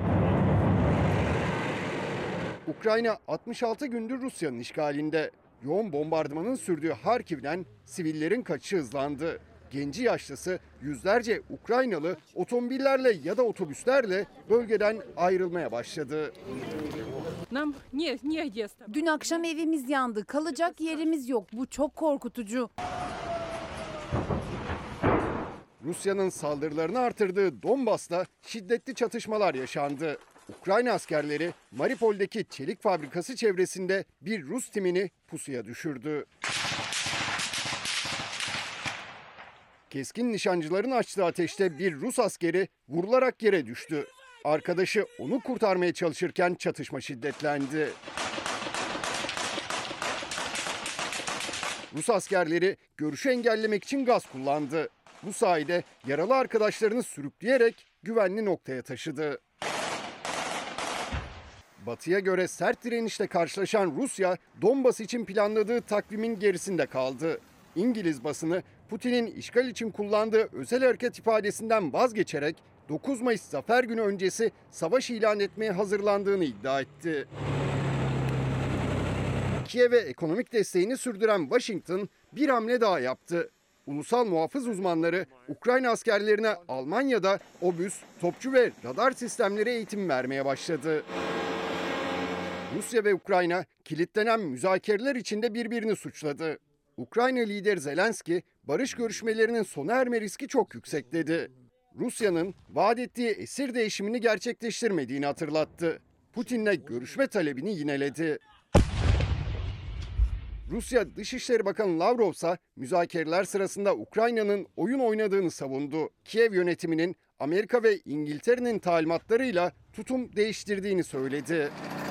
Ukrayna altmış altı gündür Rusya'nın işgalinde. Yoğun bombardımanın sürdüğü Harkiv'den sivillerin kaçışı hızlandı. Genci yaşlısı yüzlerce Ukraynalı otomobillerle ya da otobüslerle bölgeden ayrılmaya başladı. Dün akşam evimiz yandı. Kalacak yerimiz yok. Bu çok korkutucu. Rusya'nın saldırılarını artırdığı Donbas'ta şiddetli çatışmalar yaşandı. Ukrayna askerleri Mariupol'deki çelik fabrikası çevresinde bir Rus timini pusuya düşürdü. Keskin nişancıların açtığı ateşte bir Rus askeri vurularak yere düştü. Arkadaşı onu kurtarmaya çalışırken çatışma şiddetlendi. Rus askerleri görüşü engellemek için gaz kullandı. Bu sayede yaralı arkadaşlarını sürükleyerek güvenli noktaya taşıdı. Batı'ya göre sert direnişle karşılaşan Rusya, Donbas için planladığı takvimin gerisinde kaldı. İngiliz basını Putin'in işgal için kullandığı özel harekat ifadesinden vazgeçerek dokuz Mayıs Zafer Günü öncesi savaş ilan etmeye hazırlandığını iddia etti. Kiev'e ekonomik desteğini sürdüren Washington bir hamle daha yaptı. Ulusal muhafız uzmanları Ukrayna askerlerine Almanya'da obüs, topçu ve radar sistemleri eğitim vermeye başladı. Rusya ve Ukrayna kilitlenen müzakereler içinde birbirini suçladı. Ukrayna lideri Zelenski, barış görüşmelerinin sona erme riski çok yüksek dedi. Rusya'nın vaat ettiği esir değişimini gerçekleştirmediğini hatırlattı. Putin'le görüşme talebini yineledi. Rusya Dışişleri Bakanı Lavrov ise müzakereler sırasında Ukrayna'nın oyun oynadığını savundu. Kiev yönetiminin Amerika ve İngiltere'nin talimatlarıyla tutum değiştirdiğini söyledi.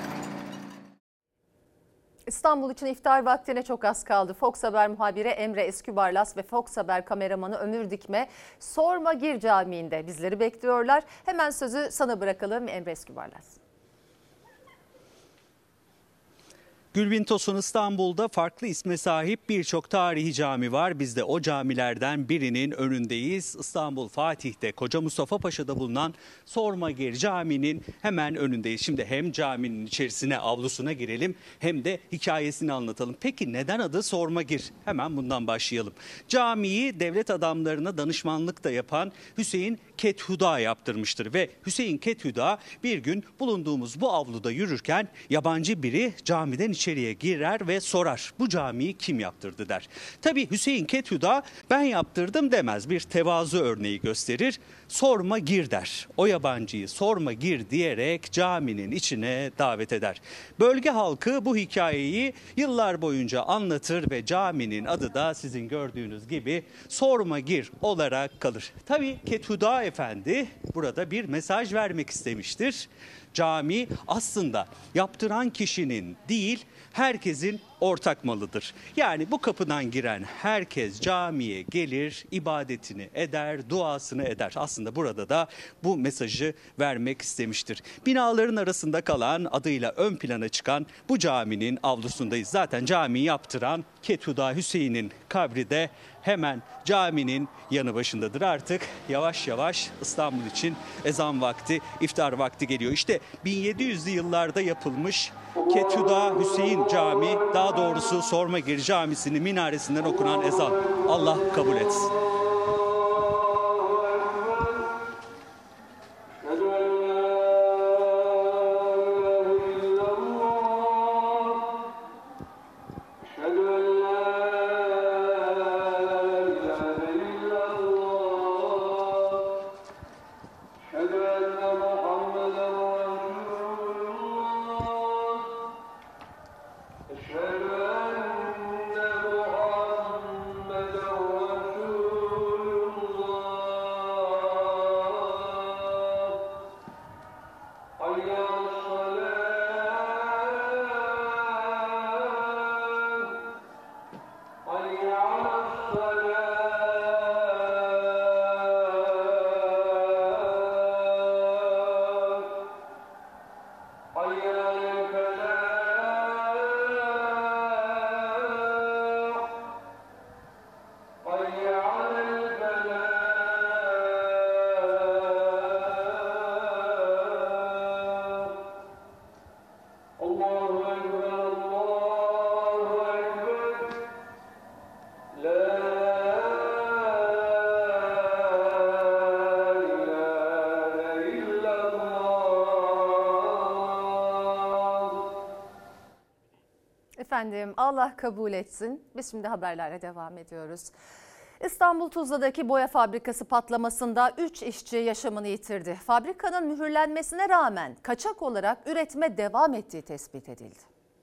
İstanbul için iftar vaktine çok az kaldı. Fox Haber muhabiri Emre Eskübarlas ve Fox Haber kameramanı Ömür Dikme Sorma Gir Camii'nde bizleri bekliyorlar. Hemen sözü sana bırakalım Emre Eskübarlas. Gülbin Tosun, İstanbul'da farklı isme sahip birçok tarihi cami var. Biz de o camilerden birinin önündeyiz. İstanbul Fatih'te Koca Mustafa Paşa'da bulunan Sormagir Camii'nin hemen önündeyiz. Şimdi hem caminin içerisine, avlusuna girelim hem de hikayesini anlatalım. Peki neden adı Sormagir? Hemen bundan başlayalım. Camiyi devlet adamlarına danışmanlık da yapan Hüseyin Kethuda yaptırmıştır ve Hüseyin Kethuda bir gün bulunduğumuz bu avluda yürürken yabancı biri camiden içeriye girer ve sorar, bu camiyi kim yaptırdı der. Tabii Hüseyin Kethuda ben yaptırdım demez, bir tevazu örneği gösterir. Sorma gir der. O yabancıyı sorma gir diyerek caminin içine davet eder. Bölge halkı bu hikayeyi yıllar boyunca anlatır ve caminin adı da sizin gördüğünüz gibi Sorma Gir olarak kalır. Tabii Kethuda Efendi burada bir mesaj vermek istemiştir. Cami aslında yaptıran kişinin değil, herkesin ortak malıdır. Yani bu kapıdan giren herkes camiye gelir, ibadetini eder, duasını eder. Aslında burada da bu mesajı vermek istemiştir. Binaların arasında kalan, adıyla ön plana çıkan bu caminin avlusundayız. Zaten camiyi yaptıran Kethuda Hüseyin'in kabri de hemen caminin yanı başındadır. Artık yavaş yavaş İstanbul için ezan vakti, iftar vakti geliyor. İşte bin yedi yüzlü yıllarda yapılmış Kethuda Hüseyin Camii, daha doğrusu Sormagir Camisi'nin minaresinden okunan ezan. Allah kabul etsin. Efendim Allah kabul etsin. Biz şimdi haberlerle devam ediyoruz. İstanbul Tuzla'daki boya fabrikası patlamasında üç işçi yaşamını yitirdi. Fabrikanın mühürlenmesine rağmen kaçak olarak üretime devam ettiği tespit edildi.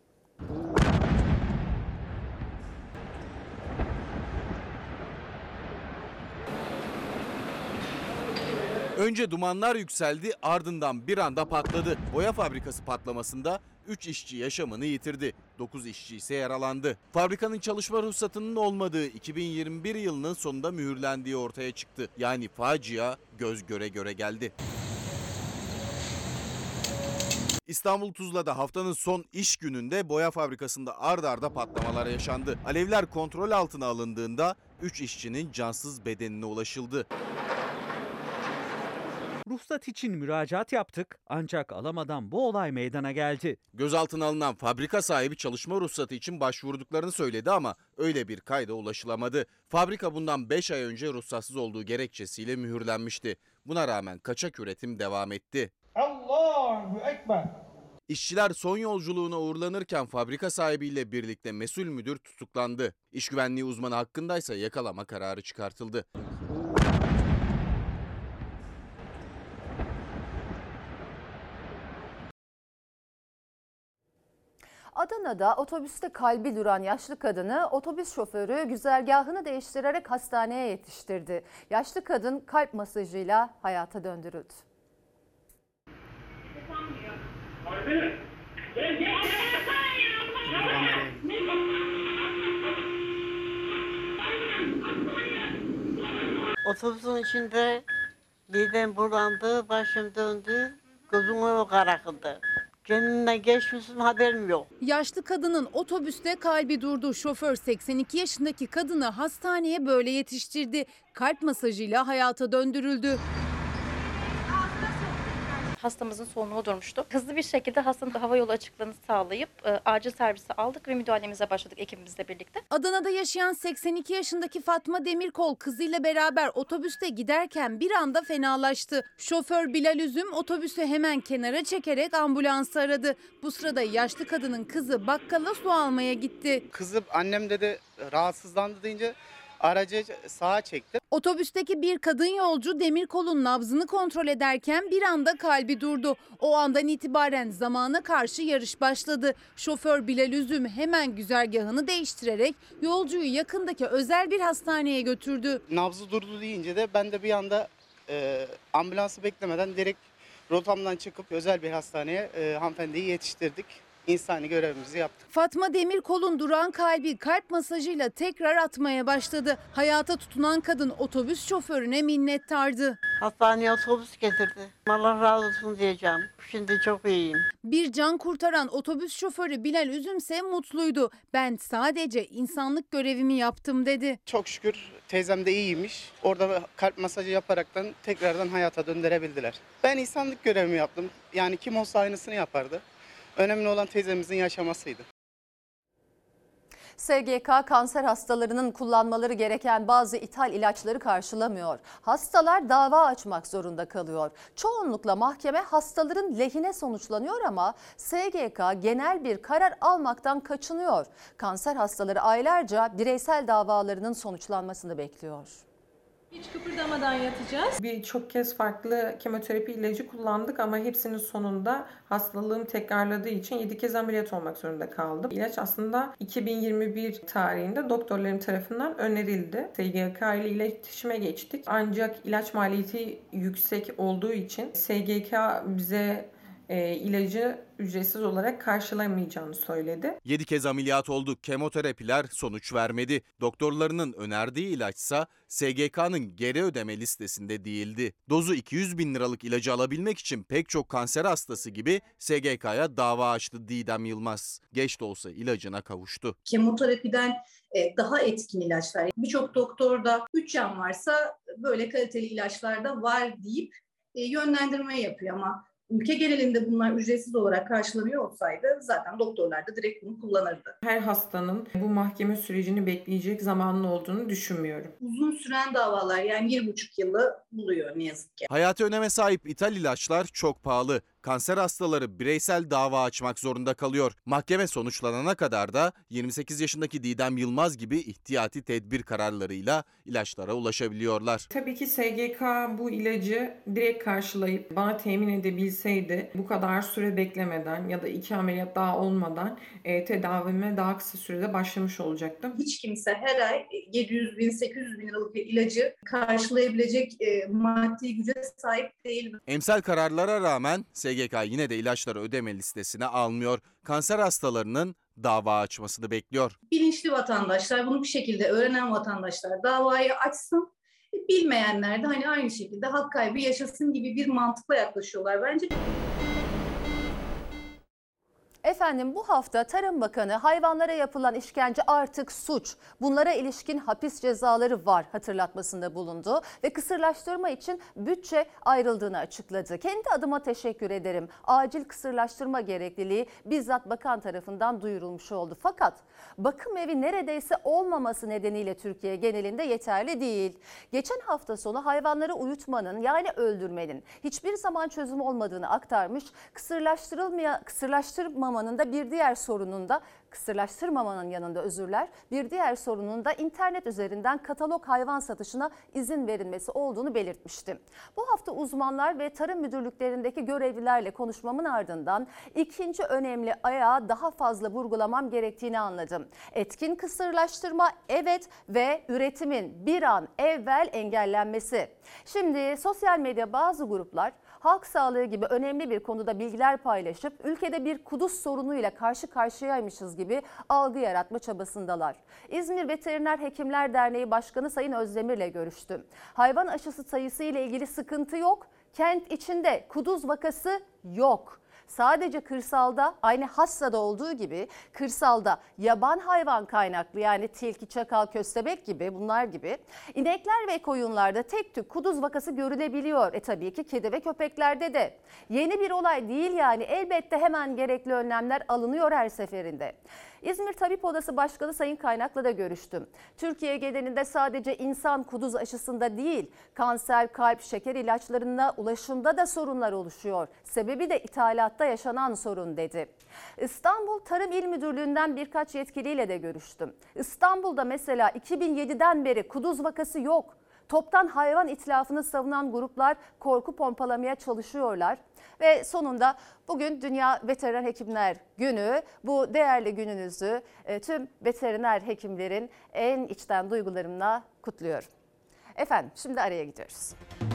Önce dumanlar yükseldi, ardından bir anda patladı. Boya fabrikası patlamasında üç işçi yaşamını yitirdi. dokuz işçi ise yaralandı. Fabrikanın çalışma ruhsatının olmadığı iki bin yirmi bir yılının sonunda mühürlendiği ortaya çıktı. Yani facia göz göre göre geldi. İstanbul Tuzla'da haftanın son iş gününde boya fabrikasında ard arda patlamalar yaşandı. Alevler kontrol altına alındığında üç işçinin cansız bedenine ulaşıldı. Ruhsat için müracaat yaptık ancak alamadan bu olay meydana geldi. Gözaltına alınan fabrika sahibi çalışma ruhsatı için başvurduklarını söyledi ama öyle bir kayda ulaşılamadı. Fabrika bundan beş ay önce ruhsatsız olduğu gerekçesiyle mühürlenmişti. Buna rağmen kaçak üretim devam etti. Allahu Ekber. İşçiler son yolculuğuna uğurlanırken fabrika sahibiyle birlikte mesul müdür tutuklandı. İş güvenliği uzmanı hakkındaysa yakalama kararı çıkartıldı. Adana'da otobüste kalbi duran yaşlı kadını otobüs şoförü güzergahını değiştirerek hastaneye yetiştirdi. Yaşlı kadın kalp masajıyla hayata döndürüldü. Otobüsün içinde midem bulandı, başım döndü, gözüm karardı. Kendine geçmişim haberim yok. Yaşlı kadının otobüste kalbi durdu. Şoför seksen iki yaşındaki kadını hastaneye böyle yetiştirdi. Kalp masajıyla hayata döndürüldü. Hastamızın solunumu durmuştu. Hızlı bir şekilde hastanın hava yolu açıklığını sağlayıp e, acil servise aldık ve müdahalemize başladık ekibimizle birlikte. Adana'da yaşayan seksen iki yaşındaki Fatma Demirkol kızıyla beraber otobüste giderken bir anda fenalaştı. Şoför Bilal Üzüm otobüsü hemen kenara çekerek ambulansı aradı. Bu sırada yaşlı kadının kızı bakkala su almaya gitti. Kızım annem dedi rahatsızlandı deyince aracı sağa çekti. Otobüsteki bir kadın yolcu Demirkol'un nabzını kontrol ederken bir anda kalbi durdu. O andan itibaren zamana karşı yarış başladı. Şoför Bilal Üzüm hemen güzergahını değiştirerek yolcuyu yakındaki özel bir hastaneye götürdü. Nabzı durdu deyince de ben de bir anda e, ambulansı beklemeden direkt rotamdan çıkıp özel bir hastaneye e, hanımefendiyi yetiştirdik. İnsani görevimizi yaptık. Fatma Demirkol'un duran kalbi kalp masajıyla tekrar atmaya başladı. Hayata tutunan kadın otobüs şoförüne minnettardı. Hastaneye otobüs getirdi. Allah razı olsun diyeceğim. Şimdi çok iyiyim. Bir can kurtaran otobüs şoförü Bilal Üzümse mutluydu. Ben sadece insanlık görevimi yaptım dedi. Çok şükür teyzem de iyiymiş. Orada kalp masajı yaparaktan tekrardan hayata döndürebildiler. Ben insanlık görevimi yaptım. Yani kim olsa aynısını yapardı. Önemli olan teyzemizin yaşamasıydı. S G K kanser hastalarının kullanmaları gereken bazı ithal ilaçları karşılamıyor. Hastalar dava açmak zorunda kalıyor. Çoğunlukla mahkeme hastaların lehine sonuçlanıyor ama S G K genel bir karar almaktan kaçınıyor. Kanser hastaları aylarca bireysel davalarının sonuçlanmasını bekliyor. Hiç kıpırdamadan yatacağız. Birçok kez farklı kemoterapi ilacı kullandık ama hepsinin sonunda hastalığım tekrarladığı için yedi kez ameliyat olmak zorunda kaldım. İlaç aslında iki bin yirmi bir tarihinde doktorlarım tarafından önerildi. S G K ile iletişime geçtik. Ancak ilaç maliyeti yüksek olduğu için S G K bize e, ilacı ücretsiz olarak karşılamayacağını söyledi. yedi kez ameliyat oldu. Kemoterapiler sonuç vermedi. Doktorlarının önerdiği ilaçsa S G K'nın geri ödeme listesinde değildi. Dozu iki yüz bin liralık ilacı alabilmek için pek çok kanser hastası gibi S G K'ya dava açtı Didem Yılmaz. Geç de olsa ilacına kavuştu. Kemoterapiden daha etkin ilaçlar. Birçok doktorda bütçem varsa böyle kaliteli ilaçlar da var deyip yönlendirme yapıyor ama ülke genelinde bunlar ücretsiz olarak karşılanıyor olsaydı zaten doktorlar da direkt bunu kullanırdı. Her hastanın bu mahkeme sürecini bekleyecek zamanın olduğunu düşünmüyorum. Uzun süren davalar yani bir buçuk yılı buluyor ne yazık ki. Hayati öneme sahip ithal ilaçlar çok pahalı. Kanser hastaları bireysel dava açmak zorunda kalıyor. Mahkeme sonuçlanana kadar da yirmi sekiz yaşındaki Didem Yılmaz gibi ihtiyati tedbir kararlarıyla ilaçlara ulaşabiliyorlar. Tabii ki S G K bu ilacı direkt karşılayıp bana temin edebilseydi bu kadar süre beklemeden ya da iki ameliyat daha olmadan e, tedavime daha kısa sürede başlamış olacaktım. Hiç kimse her ay yedi yüz bin sekiz yüz bin liralık bir ilacı karşılayabilecek e, maddi güce sahip değil. Emsal kararlara rağmen S G K yine de ilaçları ödeme listesine almıyor. Kanser hastalarının dava açmasını bekliyor. Bilinçli vatandaşlar, bunu bir şekilde öğrenen vatandaşlar davayı açsın. Bilmeyenler de hani aynı şekilde hak kaybı yaşasın gibi bir mantıkla yaklaşıyorlar bence. Efendim bu hafta Tarım Bakanı hayvanlara yapılan işkence artık suç. Bunlara ilişkin hapis cezaları var hatırlatmasında bulundu ve kısırlaştırma için bütçe ayrıldığını açıkladı. Kendi adıma teşekkür ederim. Acil kısırlaştırma gerekliliği bizzat bakan tarafından duyurulmuş oldu. Fakat bakım evi neredeyse olmaması nedeniyle Türkiye genelinde yeterli değil. Geçen hafta sonu hayvanları uyutmanın yani öldürmenin hiçbir zaman çözüm olmadığını aktarmış. Kısırlaştırılmaya kısırlaştırmamanın da bir diğer sorunun da kısırlaştırmamanın yanında özürler bir diğer sorunun da internet üzerinden katalog hayvan satışına izin verilmesi olduğunu belirtmiştim. Bu hafta uzmanlar ve tarım müdürlüklerindeki görevlilerle konuşmamın ardından ikinci önemli ayağı daha fazla vurgulamam gerektiğini anladım. Etkin kısırlaştırma evet ve üretimin bir an evvel engellenmesi. Şimdi sosyal medya bazı gruplar halk sağlığı gibi önemli bir konuda bilgiler paylaşıp ülkede bir kuduz sorunuyla karşı karşıyaymışız gibi algı yaratma çabasındalar. İzmir Veteriner Hekimler Derneği Başkanı Sayın Özdemir'le görüştüm. Hayvan aşısı sayısı ile ilgili sıkıntı yok. Kent içinde kuduz vakası yok. Sadece kırsalda aynı Hassa'da olduğu gibi kırsalda yaban hayvan kaynaklı yani tilki, çakal, köstebek gibi bunlar gibi inekler ve koyunlarda tek tük kuduz vakası görülebiliyor. E tabii ki kedi ve köpeklerde de. Yeni bir olay değil yani elbette hemen gerekli önlemler alınıyor her seferinde. İzmir Tabip Odası Başkanı Sayın Kaynak'la da görüştüm. Türkiye genelinde sadece insan kuduz aşısında değil, kanser, kalp, şeker ilaçlarına ulaşımda da sorunlar oluşuyor. Sebebi de ithalatta yaşanan sorun dedi. İstanbul Tarım İl Müdürlüğü'nden birkaç yetkiliyle de görüştüm. İstanbul'da mesela iki bin yediden beri kuduz vakası yok. Toptan hayvan itlafını savunan gruplar korku pompalamaya çalışıyorlar. Ve sonunda bugün Dünya Veteriner Hekimler Günü. Bu değerli gününüzü tüm veteriner hekimlerin en içten duygularımla kutluyorum. Efendim şimdi araya gidiyoruz.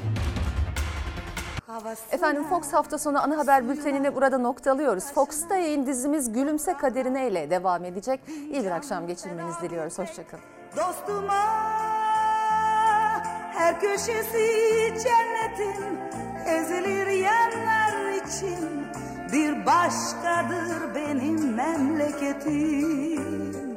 Efendim Fox hafta sonu ana haber bültenini burada noktalıyoruz. Fox'ta yayın dizimiz Gülümse Kaderine ile devam edecek. İyi bir akşam geçirmenizi diliyoruz. Hoşçakalın. Dostuma her köşesi cennetin ezilir yerler için bir başkadır benim memleketim.